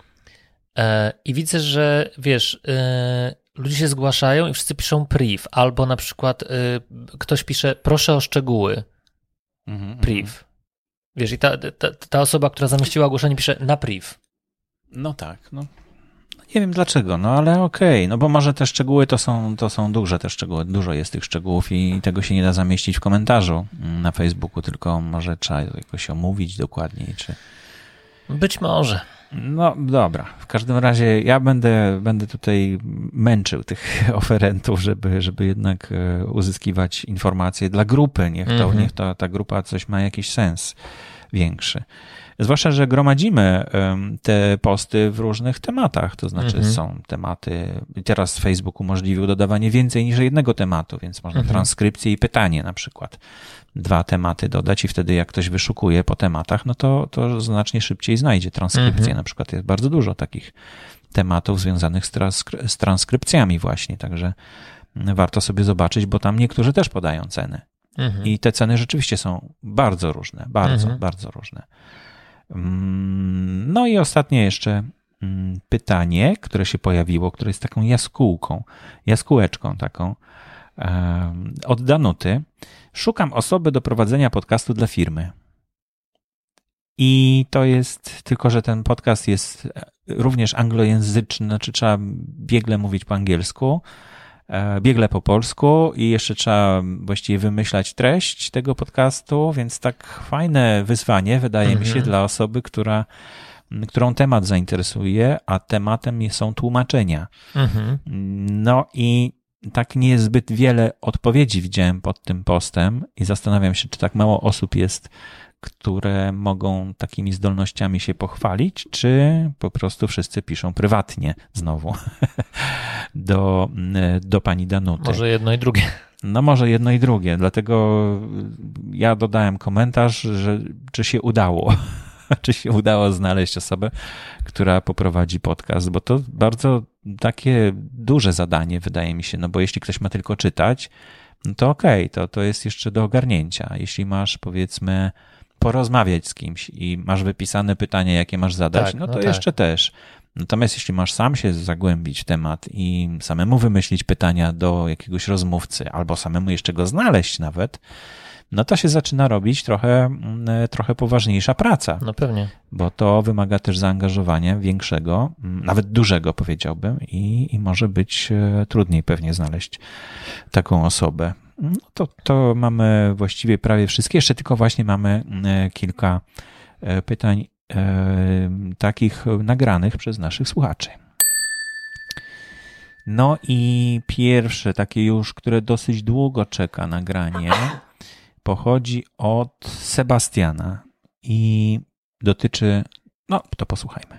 i widzę, że, wiesz, ludzie się zgłaszają i wszyscy piszą priv, albo na przykład ktoś pisze proszę o szczegóły, priv. Wiesz, i ta osoba, która zamieściła ogłoszenie, pisze na priv. No tak, no. Nie wiem dlaczego, no ale okej, no bo może te szczegóły to są duże te szczegóły, dużo jest tych szczegółów i tego się nie da zamieścić w komentarzu na Facebooku, tylko może trzeba jakoś omówić dokładniej, czy... Być może. No dobra, w każdym razie ja będę tutaj męczył tych oferentów, żeby jednak uzyskiwać informacje dla grupy, niech ta grupa coś ma jakiś sens większy. Zwłaszcza, że gromadzimy te posty w różnych tematach, to znaczy są tematy, teraz Facebook umożliwił dodawanie więcej niż jednego tematu, więc można transkrypcję i pytanie na przykład. 2 tematy dodać i wtedy jak ktoś wyszukuje po tematach, no to znacznie szybciej znajdzie transkrypcję. Na przykład jest bardzo dużo takich tematów związanych z transkrypcjami właśnie, także warto sobie zobaczyć, bo tam niektórzy też podają ceny. I te ceny rzeczywiście są bardzo różne, bardzo różne. No i ostatnie jeszcze pytanie, które się pojawiło, które jest taką jaskółeczką taką. Od Danuty. Szukam osoby do prowadzenia podcastu dla firmy. I to jest, tylko że ten podcast jest również anglojęzyczny, znaczy trzeba biegle mówić po angielsku, biegle po polsku i jeszcze trzeba właściwie wymyślać treść tego podcastu, więc tak fajne wyzwanie wydaje mi się dla osoby, którą temat zainteresuje, a tematem są tłumaczenia. No i tak niezbyt wiele odpowiedzi widziałem pod tym postem i zastanawiam się, czy tak mało osób jest, które mogą takimi zdolnościami się pochwalić, czy po prostu wszyscy piszą prywatnie znowu do pani Danuty. Może jedno i drugie. No może jedno i drugie, dlatego ja dodałem komentarz, że czy się udało. Czy się udało znaleźć osobę, która poprowadzi podcast, bo to bardzo takie duże zadanie wydaje mi się, no bo jeśli ktoś ma tylko czytać, no to okej, to jest jeszcze do ogarnięcia. Jeśli masz, powiedzmy, porozmawiać z kimś i masz wypisane pytania, jakie masz zadać, tak, no to jeszcze też. Natomiast jeśli masz sam się zagłębić w temat i samemu wymyślić pytania do jakiegoś rozmówcy, albo samemu jeszcze go znaleźć nawet, no to się zaczyna robić trochę poważniejsza praca. No pewnie. Bo to wymaga też zaangażowania większego, nawet dużego powiedziałbym i może być trudniej pewnie znaleźć taką osobę. No to mamy właściwie prawie wszystkie. Jeszcze tylko właśnie mamy kilka pytań takich nagranych przez naszych słuchaczy. No i pierwsze takie już, które dosyć długo czeka nagranie, pochodzi od Sebastiana i dotyczy, no to posłuchajmy.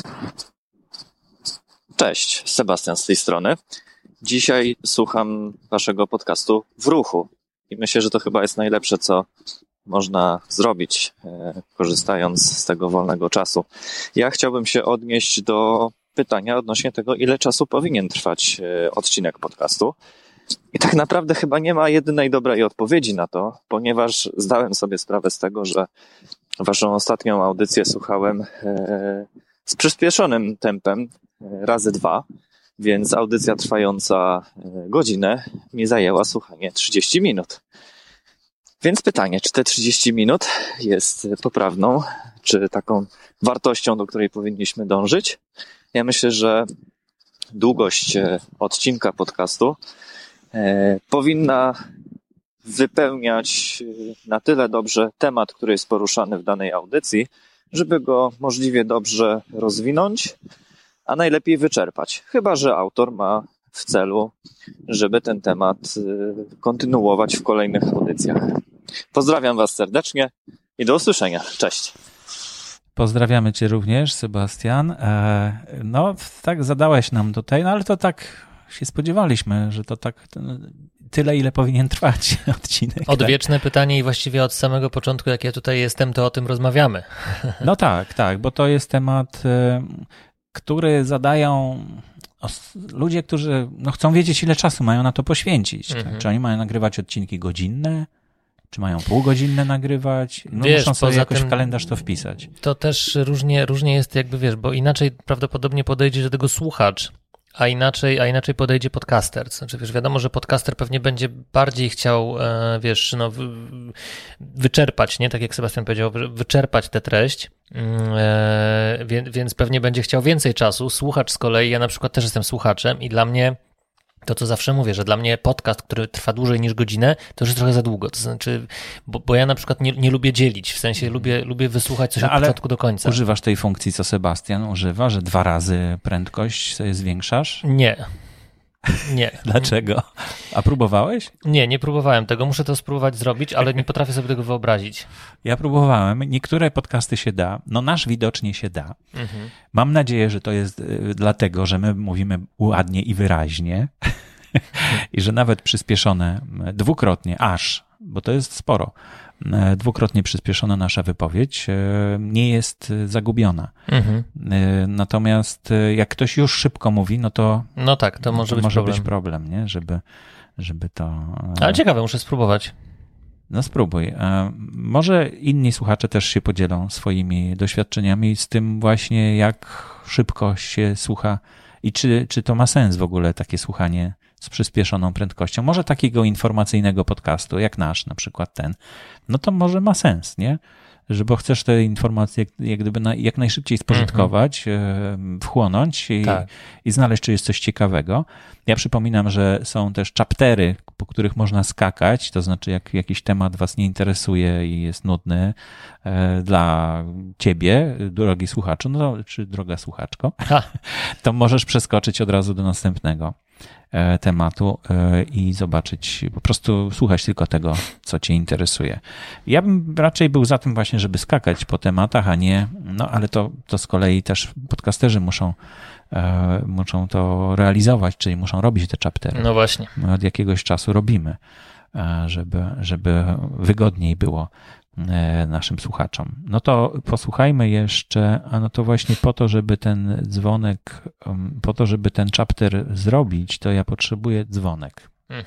Cześć, Sebastian z tej strony. Dzisiaj słucham waszego podcastu w ruchu i myślę, że to chyba jest najlepsze, co można zrobić, korzystając z tego wolnego czasu. Ja chciałbym się odnieść do pytania odnośnie tego, ile czasu powinien trwać odcinek podcastu. I tak naprawdę chyba nie ma jedynej dobrej odpowiedzi na to, ponieważ zdałem sobie sprawę z tego, że waszą ostatnią audycję słuchałem z przyspieszonym tempem razy 2, więc audycja trwająca godzinę mi zajęła słuchanie 30 minut. Więc pytanie, czy te 30 minut jest poprawną, czy taką wartością, do której powinniśmy dążyć? Ja myślę, że długość odcinka podcastu powinna wypełniać na tyle dobrze temat, który jest poruszany w danej audycji, żeby go możliwie dobrze rozwinąć, a najlepiej wyczerpać. Chyba że autor ma w celu, żeby ten temat kontynuować w kolejnych audycjach. Pozdrawiam was serdecznie i do usłyszenia. Cześć. Pozdrawiamy cię również, Sebastian. No, tak zadałeś nam tutaj, no ale to tak się spodziewaliśmy, że to tak tyle, ile powinien trwać odcinek. Odwieczne pytanie i właściwie od samego początku, jak ja tutaj jestem, to o tym rozmawiamy. No tak, bo to jest temat, który zadają ludzie, którzy chcą wiedzieć, ile czasu mają na to poświęcić. Tak? Czy oni mają nagrywać odcinki godzinne, czy mają półgodzinne nagrywać? No wiesz, muszą sobie jakoś w kalendarz to wpisać. To też różnie jest, jakby wiesz, bo inaczej prawdopodobnie podejdzie do tego słuchacz, a inaczej podejdzie podcaster. Znaczy, wiesz, wiadomo, że podcaster pewnie będzie bardziej chciał, wiesz, wyczerpać, nie? Tak jak Sebastian powiedział, wyczerpać tę treść, więc pewnie będzie chciał więcej czasu. Słuchacz z kolei, ja na przykład też jestem słuchaczem i dla mnie to, co zawsze mówię, że dla mnie podcast, który trwa dłużej niż godzinę, to już jest trochę za długo. To znaczy, bo ja na przykład nie lubię dzielić, w sensie lubię wysłuchać coś od początku do końca. Używasz tej funkcji, co Sebastian używa, że 2 razy prędkość sobie zwiększasz? Nie. Dlaczego? A próbowałeś? Nie próbowałem tego. Muszę to spróbować zrobić, ale nie potrafię sobie tego wyobrazić. Ja próbowałem. Niektóre podcasty się da. No nasz widocznie się da. Mam nadzieję, że to jest dlatego, że my mówimy ładnie i wyraźnie i że nawet przyspieszone dwukrotnie, bo to jest sporo, dwukrotnie przyspieszona nasza wypowiedź nie jest zagubiona. Natomiast jak ktoś już szybko mówi, no to to może być problem, nie? Żeby to... Ale ciekawe, muszę spróbować. No spróbuj. Może inni słuchacze też się podzielą swoimi doświadczeniami z tym właśnie, jak szybko się słucha i czy to ma sens w ogóle takie słuchanie z przyspieszoną prędkością, może takiego informacyjnego podcastu, jak nasz, na przykład ten, no to może ma sens, nie? Bo chcesz te informacje jak gdyby jak najszybciej spożytkować, wchłonąć i znaleźć, czy jest coś ciekawego. Ja przypominam, że są też chaptery, po których można skakać, to znaczy jak jakiś temat was nie interesuje i jest nudny dla ciebie, drogi słuchaczu, no czy droga słuchaczko, to możesz przeskoczyć od razu do następnego tematu i zobaczyć, po prostu słuchać tylko tego, co cię interesuje. Ja bym raczej był za tym właśnie, żeby skakać po tematach, a nie, no ale to z kolei też podcasterzy muszą to realizować, czyli muszą robić te chaptery. No właśnie. My od jakiegoś czasu robimy, żeby wygodniej było naszym słuchaczom. No to posłuchajmy jeszcze, a no to właśnie po to, żeby ten dzwonek, po to, żeby ten chapter zrobić, to ja potrzebuję dzwonek.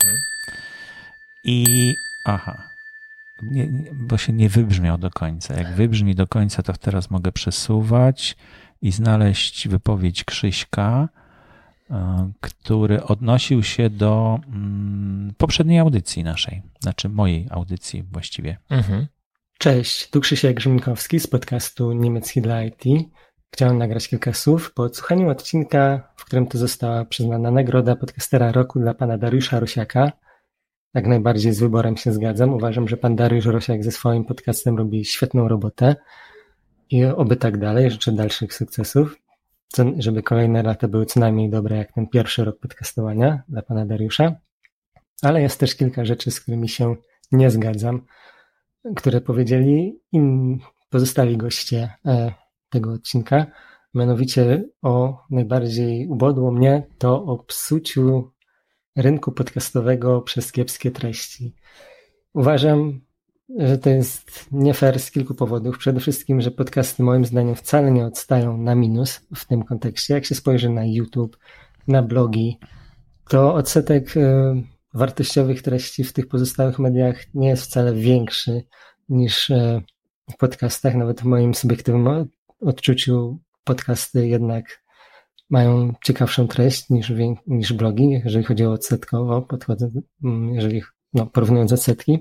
Bo się nie wybrzmiał do końca. Jak wybrzmi do końca, to teraz mogę przesuwać i znaleźć wypowiedź Krzyśka, który odnosił się do poprzedniej audycji naszej, znaczy mojej audycji właściwie. Cześć, tu Krzysiek Grzminkowski z podcastu Niemiecki dla IT. Chciałem nagrać kilka słów po odsłuchaniu odcinka, w którym to została przyznana nagroda podcastera roku dla pana Dariusza Rosiaka. Jak najbardziej z wyborem się zgadzam. Uważam, że pan Dariusz Rosiak ze swoim podcastem robi świetną robotę i oby tak dalej. Życzę dalszych sukcesów, żeby kolejne lata były co najmniej dobre jak ten pierwszy rok podcastowania dla pana Dariusza. Ale jest też kilka rzeczy, z którymi się nie zgadzam, które powiedzieli pozostali goście tego odcinka. Mianowicie najbardziej ubodło mnie to o psuciu rynku podcastowego przez kiepskie treści. Uważam, że to jest nie fair z kilku powodów. Przede wszystkim, że podcasty moim zdaniem wcale nie odstają na minus w tym kontekście. Jak się spojrzy na YouTube, na blogi, to odsetek wartościowych treści w tych pozostałych mediach nie jest wcale większy niż w podcastach. Nawet w moim subiektywnym odczuciu podcasty jednak mają ciekawszą treść niż blogi, jeżeli chodzi o odsetkowo, porównując odsetki.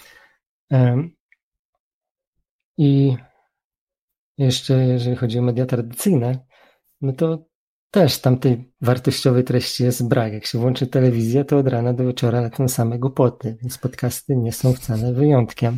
I jeszcze jeżeli chodzi o media tradycyjne, no to też tam tej wartościowej treści jest brak. Jak się włączy telewizję, to od rana do wieczora lecą same głupoty, więc podcasty nie są wcale wyjątkiem.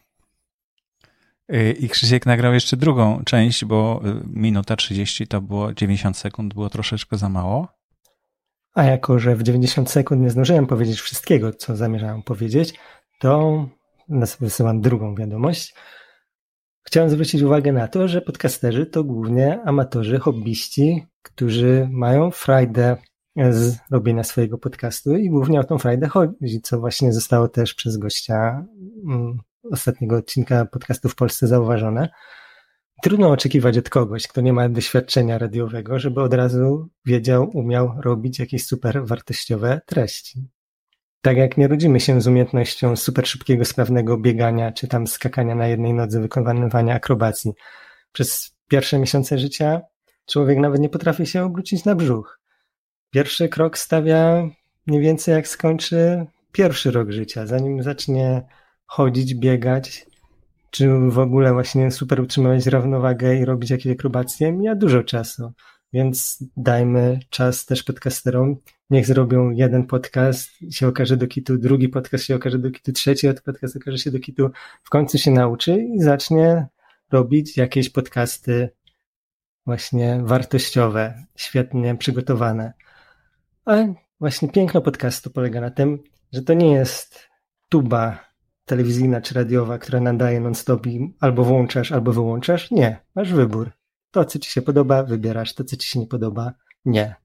I Krzysiek nagrał jeszcze drugą część, bo minuta 30 to było 90 sekund, było troszeczkę za mało. A jako, że w 90 sekund nie zdążyłem powiedzieć wszystkiego, co zamierzałem powiedzieć, to wysyłam drugą wiadomość. Chciałem zwrócić uwagę na to, że podcasterzy to głównie amatorzy, hobbyści, którzy mają frajdę z robienia swojego podcastu i głównie o tą frajdę chodzi, co właśnie zostało też przez gościa ostatniego odcinka podcastu w Polsce zauważone. Trudno oczekiwać od kogoś, kto nie ma doświadczenia radiowego, żeby od razu umiał robić jakieś super wartościowe treści. Tak jak nie rodzimy się z umiejętnością super szybkiego, sprawnego biegania, czy tam skakania na jednej nodze, wykonywania akrobacji. Przez pierwsze miesiące życia człowiek nawet nie potrafi się obrócić na brzuch. Pierwszy krok stawia mniej więcej jak skończy pierwszy rok życia, zanim zacznie chodzić, biegać, czy w ogóle właśnie super utrzymywać równowagę i robić jakieś akrobacje, mija dużo czasu. Więc dajmy czas też podcasterom. Niech zrobią jeden podcast, się okaże do kitu, drugi podcast się okaże do kitu, trzeci podcast okaże się do kitu. W końcu się nauczy i zacznie robić jakieś podcasty właśnie wartościowe, świetnie przygotowane. Ale właśnie piękno podcastu polega na tym, że to nie jest tuba telewizyjna czy radiowa, która nadaje non-stop i albo włączasz, albo wyłączasz. Nie, masz wybór. To, co ci się podoba, wybierasz. To, co ci się nie podoba, nie.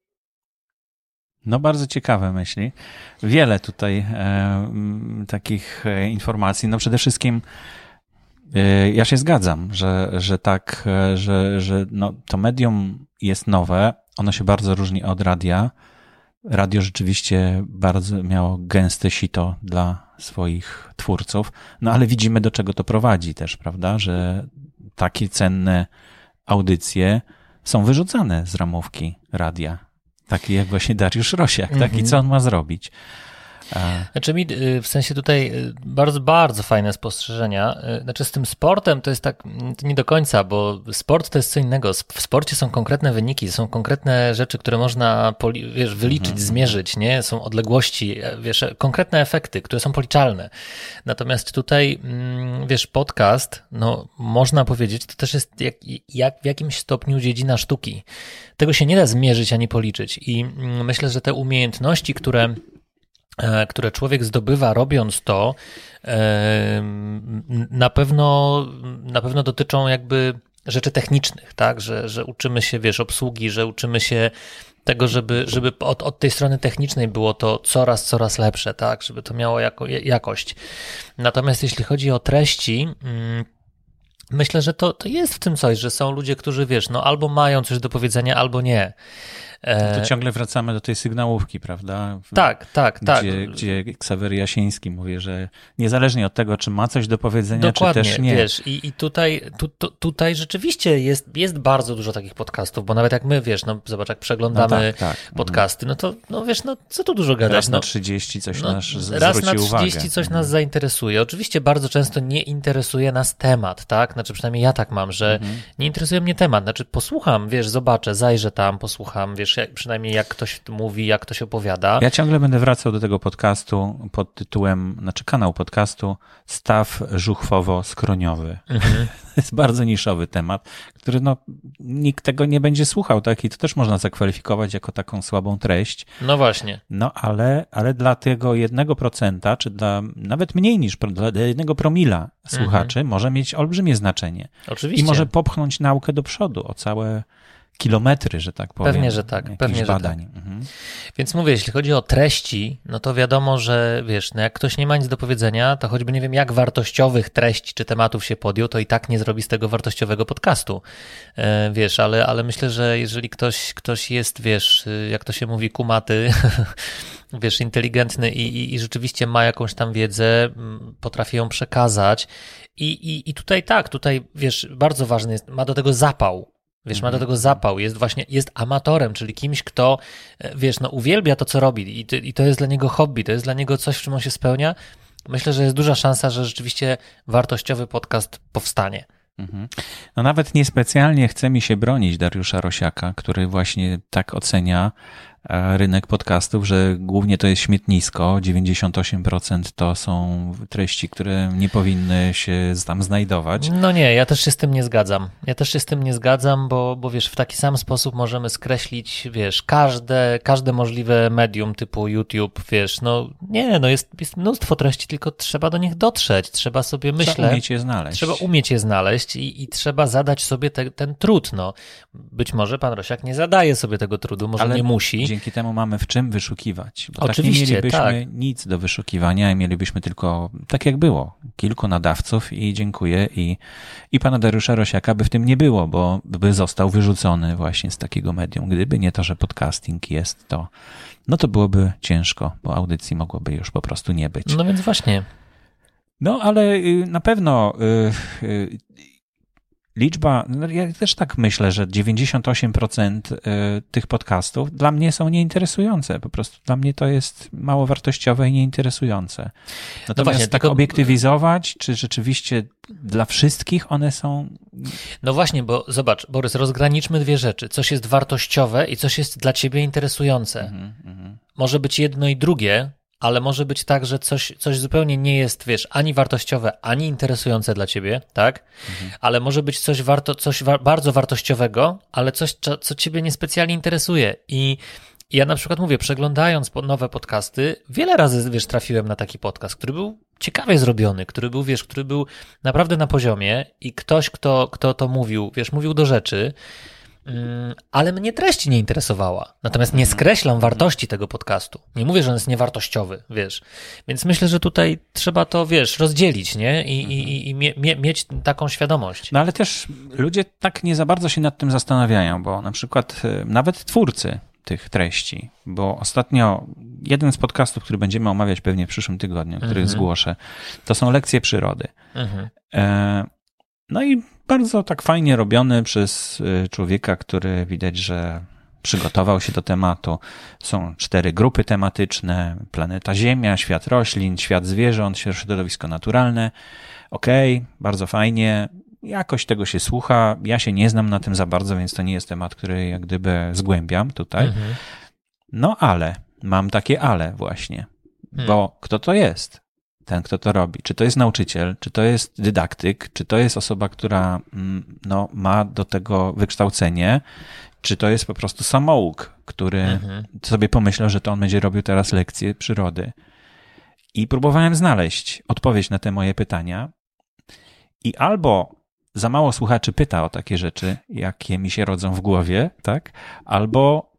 No bardzo ciekawe myśli. Wiele tutaj takich informacji. No przede wszystkim ja się zgadzam, że tak, że no, to medium jest nowe. Ono się bardzo różni od radia. Radio rzeczywiście bardzo miało gęste sito dla swoich twórców, no ale widzimy, do czego to prowadzi też, prawda, że takie cenne audycje są wyrzucane z ramówki radia. Taki jak właśnie Dariusz Rosiak, taki co on ma zrobić. Znaczy mi w sensie tutaj bardzo, bardzo fajne spostrzeżenia. Znaczy z tym sportem to jest tak nie do końca, bo sport to jest co innego. W sporcie są konkretne wyniki, są konkretne rzeczy, które można wyliczyć, zmierzyć, nie? Są odległości, konkretne efekty, które są policzalne. Natomiast tutaj, podcast, no można powiedzieć, to też jest w jakimś stopniu dziedzina sztuki. Tego się nie da zmierzyć ani policzyć i myślę, że te umiejętności, które człowiek zdobywa robiąc to, na pewno dotyczą jakby rzeczy technicznych, tak, że uczymy się, obsługi, że uczymy się tego, żeby od tej strony technicznej było to coraz lepsze, tak, żeby to miało jakość. Natomiast jeśli chodzi o treści, myślę, że to jest w tym coś, że są ludzie, którzy albo mają coś do powiedzenia, albo nie. To ciągle wracamy do tej sygnałówki, prawda? Tak. Gdzie Ksawery Jasiński mówi, że niezależnie od tego, czy ma coś do powiedzenia, dokładnie, czy też nie. I tutaj rzeczywiście jest bardzo dużo takich podcastów, bo nawet jak my, zobacz, jak przeglądamy podcasty, co tu dużo gadać. Raz na 30 coś nas zwróci uwagę. Raz na 30 coś nas zainteresuje. Oczywiście bardzo często nie interesuje nas temat, tak? Znaczy przynajmniej ja tak mam, że nie interesuje mnie temat. Znaczy posłucham, zobaczę, zajrzę tam, posłucham, przynajmniej jak ktoś mówi, jak ktoś opowiada. Ja ciągle będę wracał do tego podcastu pod tytułem, kanał podcastu Staw żuchwowo-skroniowy. To jest bardzo niszowy temat, który nikt tego nie będzie słuchał, tak? I to też można zakwalifikować jako taką słabą treść. No właśnie. No ale dla tego 1%, czy dla nawet mniej niż dla 1 promila słuchaczy może mieć olbrzymie znaczenie. Oczywiście. I może popchnąć naukę do przodu o całe kilometry, że tak powiem. Pewnie, że tak. Badań. Tak. Więc mówię, jeśli chodzi o treści, no to wiadomo, że jak ktoś nie ma nic do powiedzenia, to choćby nie wiem jak wartościowych treści czy tematów się podjął, to i tak nie zrobi z tego wartościowego podcastu. Ale myślę, że jeżeli ktoś jest, jak to się mówi, kumaty, inteligentny i rzeczywiście ma jakąś tam wiedzę, potrafi ją przekazać i tutaj bardzo ważny jest, ma do tego zapał. Ma do tego zapał, jest amatorem, czyli kimś, kto, uwielbia to, co robi i to jest dla niego hobby, to jest dla niego coś, w czym on się spełnia. Myślę, że jest duża szansa, że rzeczywiście wartościowy podcast powstanie. No nawet niespecjalnie chce mi się bronić Dariusza Rosiaka, który właśnie tak ocenia rynek podcastów, że głównie to jest śmietnisko, 98% to są treści, które nie powinny się tam znajdować. No nie, ja też się z tym nie zgadzam. Bo w taki sam sposób możemy skreślić, każde możliwe medium typu YouTube, jest mnóstwo treści, tylko trzeba do nich dotrzeć, trzeba sobie Trzeba umieć je znaleźć i trzeba zadać sobie ten trud, Być może pan Rosiak nie zadaje sobie tego trudu, może nie musi. Dzięki temu mamy w czym wyszukiwać. Bo oczywiście, tak nie mielibyśmy nic do wyszukiwania i mielibyśmy tylko, tak jak było, kilku nadawców i dziękuję. I pana Dariusza Rosiaka by w tym nie było, bo by został wyrzucony właśnie z takiego medium. Gdyby nie to, że podcasting jest, to byłoby ciężko, bo audycji mogłoby już po prostu nie być. No więc właśnie. No ale na pewno liczba, ja też tak myślę, że 98% tych podcastów dla mnie są nieinteresujące. Po prostu dla mnie to jest mało wartościowe i nieinteresujące. Natomiast właśnie, tak obiektywizować, czy rzeczywiście dla wszystkich one są... No właśnie, bo zobacz, Borys, rozgraniczmy dwie rzeczy. Coś jest wartościowe i coś jest dla ciebie interesujące. Może być jedno i drugie, ale może być tak, że coś zupełnie nie jest, ani wartościowe, ani interesujące dla ciebie, tak? Ale może być coś bardzo wartościowego, ale coś, co ciebie niespecjalnie interesuje. I ja na przykład mówię, przeglądając nowe podcasty, wiele razy, trafiłem na taki podcast, który był ciekawie zrobiony, który był naprawdę na poziomie i ktoś, kto to mówił, mówił do rzeczy, ale mnie treść nie interesowała. Natomiast nie skreślam wartości tego podcastu. Nie mówię, że on jest niewartościowy, Więc myślę, że tutaj trzeba to, rozdzielić, nie? I mieć taką świadomość. No ale też ludzie tak nie za bardzo się nad tym zastanawiają, bo na przykład nawet twórcy tych treści, bo ostatnio jeden z podcastów, który będziemy omawiać pewnie w przyszłym tygodniu, który zgłoszę, to są lekcje przyrody. No i bardzo tak fajnie robiony przez człowieka, który widać, że przygotował się do tematu. Są 4 grupy tematyczne: planeta Ziemia, świat roślin, świat zwierząt, środowisko naturalne. Okej, bardzo fajnie. Jakoś tego się słucha. Ja się nie znam na tym za bardzo, więc to nie jest temat, który jak gdyby zgłębiam tutaj. No ale, mam takie ale właśnie. Bo kto to jest? Ten, kto to robi. Czy to jest nauczyciel, czy to jest dydaktyk, czy to jest osoba, która no, ma do tego wykształcenie, czy to jest po prostu samouk, który sobie pomyślał, że to on będzie robił teraz lekcje przyrody. I próbowałem znaleźć odpowiedź na te moje pytania i albo za mało słuchaczy pyta o takie rzeczy, jakie mi się rodzą w głowie, tak? Albo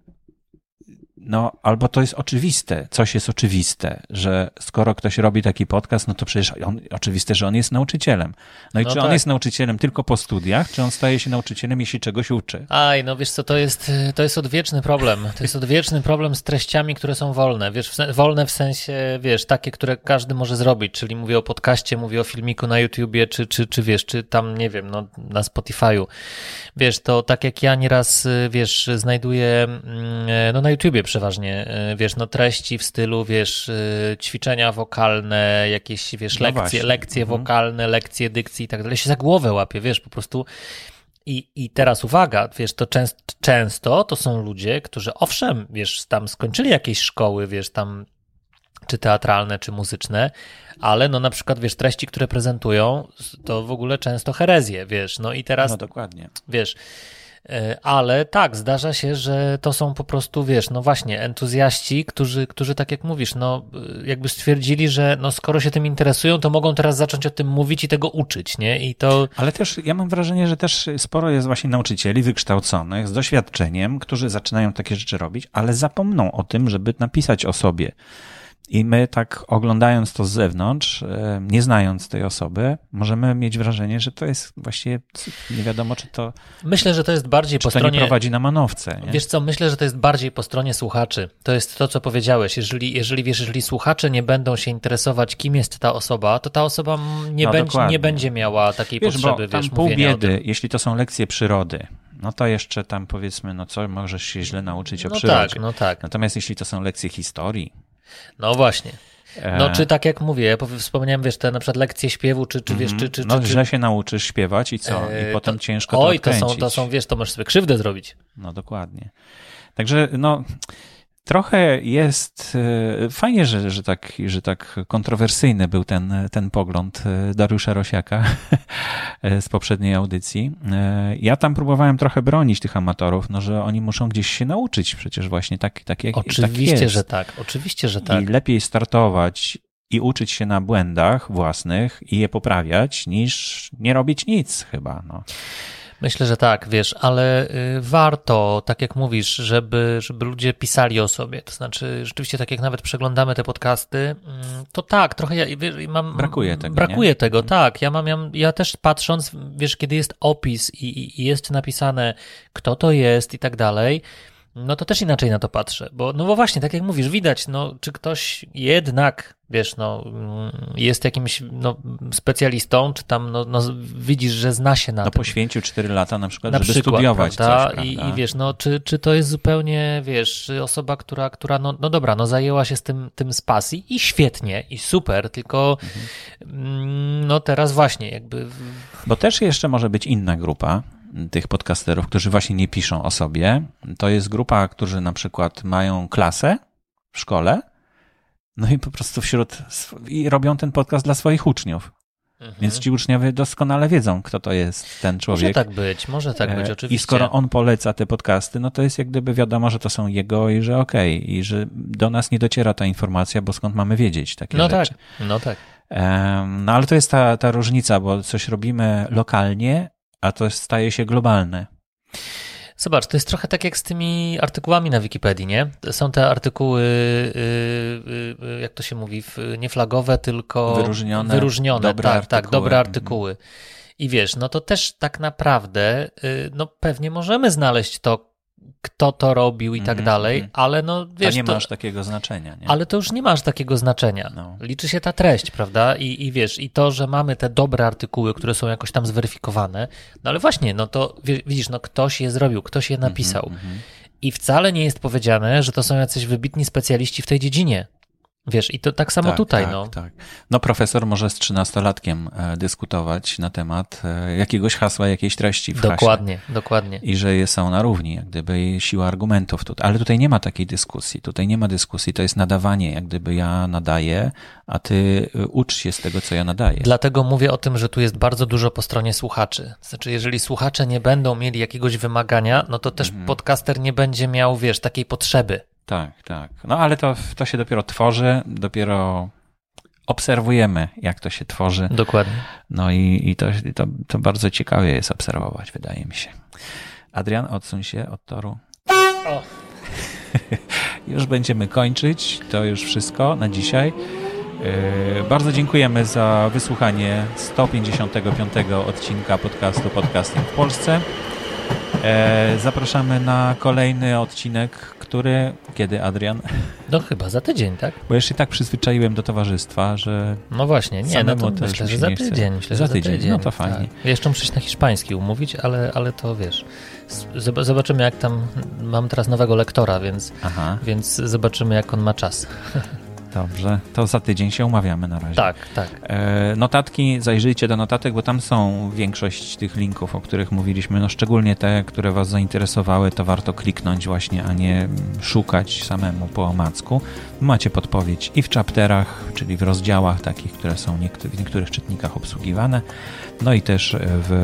to jest oczywiste, coś jest oczywiste, że skoro ktoś robi taki podcast, no to przecież oczywiste, że on jest nauczycielem. No i czy on jest nauczycielem tylko po studiach, czy on staje się nauczycielem, jeśli czegoś uczy? No wiesz co, to jest odwieczny problem. To jest odwieczny problem z treściami, które są wolne. Wiesz, wolne w sensie, wiesz, takie, które każdy może zrobić, czyli mówię o podcaście, mówię o filmiku na YouTubie, czy wiesz, czy tam, nie wiem, no na Spotify'u. Wiesz, to tak jak ja nieraz, wiesz, znajduję, no na YouTubie przeważnie, wiesz, no treści w stylu, wiesz, ćwiczenia wokalne, jakieś, wiesz, lekcje wokalne, lekcje dykcji i tak dalej, się za głowę łapię, wiesz, po prostu i teraz uwaga, wiesz, to często to są ludzie, którzy owszem, wiesz, tam skończyli jakieś szkoły, wiesz, tam czy teatralne, czy muzyczne, ale no na przykład, wiesz, treści, które prezentują, to w ogóle często herezje, wiesz, no i teraz... No dokładnie. Wiesz, ale tak, zdarza się, że to są po prostu, wiesz, no właśnie, entuzjaści, którzy tak jak mówisz, no jakby stwierdzili, że no skoro się tym interesują, to mogą teraz zacząć o tym mówić i tego uczyć, nie? I to... Ale też ja mam wrażenie, że też sporo jest właśnie nauczycieli wykształconych, z doświadczeniem, którzy zaczynają takie rzeczy robić, ale zapomną o tym, żeby napisać o sobie. I my tak oglądając to z zewnątrz, nie znając tej osoby, możemy mieć wrażenie, że to jest właściwie nie wiadomo, czy to... Myślę, że to jest bardziej po stronie... to nie prowadzi na manowce. Nie? Wiesz co, myślę, że to jest bardziej po stronie słuchaczy. To jest to, co powiedziałeś. Jeżeli słuchacze nie będą się interesować, kim jest ta osoba, to ta osoba nie będzie miała takiej potrzeby, bo tam pół biedy, jeśli to są lekcje przyrody, no to jeszcze tam powiedzmy, no co możesz się źle nauczyć o przyrodzie. Tak. Natomiast jeśli to są lekcje historii, no właśnie. No czy tak jak mówię, wspomniałem, wiesz, te na przykład lekcje śpiewu, czy wiesz, czy... No źle się nauczysz śpiewać i co? I potem ciężko to odkręcić. to są, wiesz, to możesz sobie krzywdę zrobić. No dokładnie. Także no... Trochę jest fajnie, że tak kontrowersyjny był ten pogląd Dariusza Rosiaka z poprzedniej audycji. Ja tam próbowałem trochę bronić tych amatorów, no, że oni muszą gdzieś się nauczyć przecież właśnie tak jak Oczywiście, jest. że tak. Oczywiście, że tak. I lepiej startować i uczyć się na błędach własnych i je poprawiać, niż nie robić nic chyba, no. Myślę, że tak, wiesz, ale warto, tak jak mówisz, żeby ludzie pisali o sobie. To znaczy, rzeczywiście, tak jak nawet przeglądamy te podcasty, to tak, trochę brakuje tego, tak. Ja też patrząc, wiesz, kiedy jest opis i jest napisane, kto to jest i tak dalej, no to też inaczej na to patrzę, bo właśnie, tak jak mówisz, widać, no, czy ktoś jednak, wiesz, no, jest jakimś, no, specjalistą, czy tam, no, widzisz, że zna się na tym. Poświęcił 4 lata na przykład, żeby studiować prawda? Coś, prawda? I wiesz, no, czy to jest zupełnie, wiesz, osoba, która no dobra, no, zajęła się z tym z pasji i świetnie, i super, tylko no teraz właśnie, jakby... Bo też jeszcze może być inna grupa tych podcasterów, którzy właśnie nie piszą o sobie. To jest grupa, którzy na przykład mają klasę w szkole, no i po prostu i robią ten podcast dla swoich uczniów. Więc ci uczniowie doskonale wiedzą, kto to jest ten człowiek. Może tak być, oczywiście. I skoro on poleca te podcasty, no to jest jak gdyby wiadomo, że to są jego i że okej, i że do nas nie dociera ta informacja, bo skąd mamy wiedzieć takie rzeczy. No tak. No ale to jest ta różnica, bo coś robimy lokalnie, a to staje się globalne. Zobacz, to jest trochę tak jak z tymi artykułami na Wikipedii, nie? Są te artykuły, jak to się mówi, nie flagowe, tylko wyróżnione. Dobre artykuły. I wiesz, no to też tak naprawdę, no pewnie możemy znaleźć to, kto to robił i tak dalej, ale no wiesz... To nie ma aż takiego znaczenia, nie? Ale to już nie ma aż takiego znaczenia. No. Liczy się ta treść, prawda? I wiesz, i to, że mamy te dobre artykuły, które są jakoś tam zweryfikowane, no ale właśnie, no to widzisz, no ktoś je zrobił, ktoś je napisał. I wcale nie jest powiedziane, że to są jacyś wybitni specjaliści w tej dziedzinie. Wiesz, i to tak samo tutaj. Tak. No profesor może z 13-latkiem dyskutować na temat jakiegoś hasła, jakiejś treści w hasie. Dokładnie. I że są na równi, jak gdyby siła argumentów. Ale tutaj nie ma takiej dyskusji. To jest nadawanie, jak gdyby ja nadaję, a ty ucz się z tego, co ja nadaję. Dlatego mówię o tym, że tu jest bardzo dużo po stronie słuchaczy. Znaczy, jeżeli słuchacze nie będą mieli jakiegoś wymagania, no to też podcaster nie będzie miał, wiesz, takiej potrzeby. Tak. No ale to się dopiero tworzy, dopiero obserwujemy, jak to się tworzy. Dokładnie. No i to bardzo ciekawie jest obserwować, wydaje mi się. Adrian, odsuń się od toru. O. Już będziemy kończyć. To już wszystko na dzisiaj. Bardzo dziękujemy za wysłuchanie 155 odcinka podcastu Podcasting w Polsce. Zapraszamy na kolejny odcinek, który... Kiedy, Adrian? No chyba za tydzień, tak? Bo jeszcze tak przyzwyczaiłem do towarzystwa, że... No właśnie, nie, no to myślę, że za tydzień. Za tydzień, no to fajnie. Tak. Jeszcze muszę się na hiszpański umówić, ale to wiesz... Zobaczymy, jak tam... Mam teraz nowego lektora, więc zobaczymy, jak on ma czas. Dobrze, to za tydzień się umawiamy na razie. Tak. Notatki, zajrzyjcie do notatek, bo tam są większość tych linków, o których mówiliśmy, no szczególnie te, które was zainteresowały, to warto kliknąć właśnie, a nie szukać samemu po omacku. Macie podpowiedź i w chapterach, czyli w rozdziałach takich, które są w niektórych czytnikach obsługiwane, no i też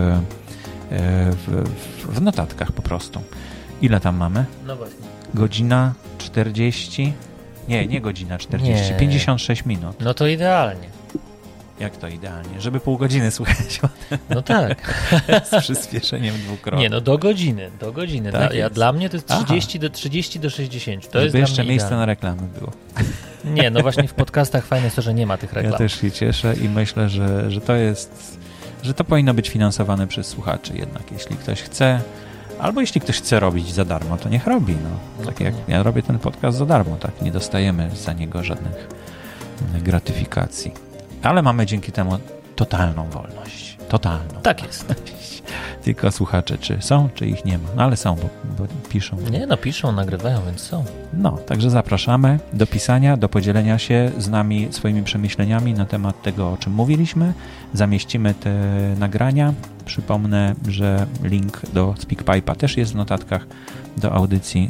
w notatkach po prostu. Ile tam mamy? No właśnie. Godzina 40... Nie godzina 40, nie. 56 minut. No to idealnie. Jak to idealnie? Żeby pół godziny słuchać o tym. No tak. Z przyspieszeniem dwukrotnie. Nie, no do godziny. Tak Dla mnie to jest 30 do 60. To żeby jest jeszcze dla mnie miejsce idealne. na reklamy było. Nie, no właśnie w podcastach fajne jest to, że nie ma tych reklam. Ja też się cieszę i myślę, że to powinno być finansowane przez słuchaczy jednak. Jeśli ktoś chce, albo jeśli ktoś chce robić za darmo, to niech robi. No. Tak jak ja robię ten podcast za darmo, tak? Nie dostajemy za niego żadnych gratyfikacji. Ale mamy dzięki temu totalną wolność. Totalną. Tak jest. Tylko słuchacze, czy są, czy ich nie ma. No ale są, bo piszą. Nie, no piszą, nagrywają, więc są. No, także zapraszamy do pisania, do podzielenia się z nami swoimi przemyśleniami na temat tego, o czym mówiliśmy. Zamieścimy te nagrania. Przypomnę, że link do SpeakPipe'a też jest w notatkach do audycji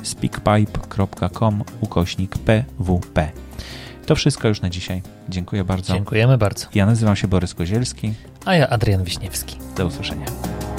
speakpipe.com/PWP. To wszystko już na dzisiaj. Dziękuję bardzo. Dziękujemy bardzo. Ja nazywam się Borys Kozielski. A ja Adrian Wiśniewski. Do usłyszenia.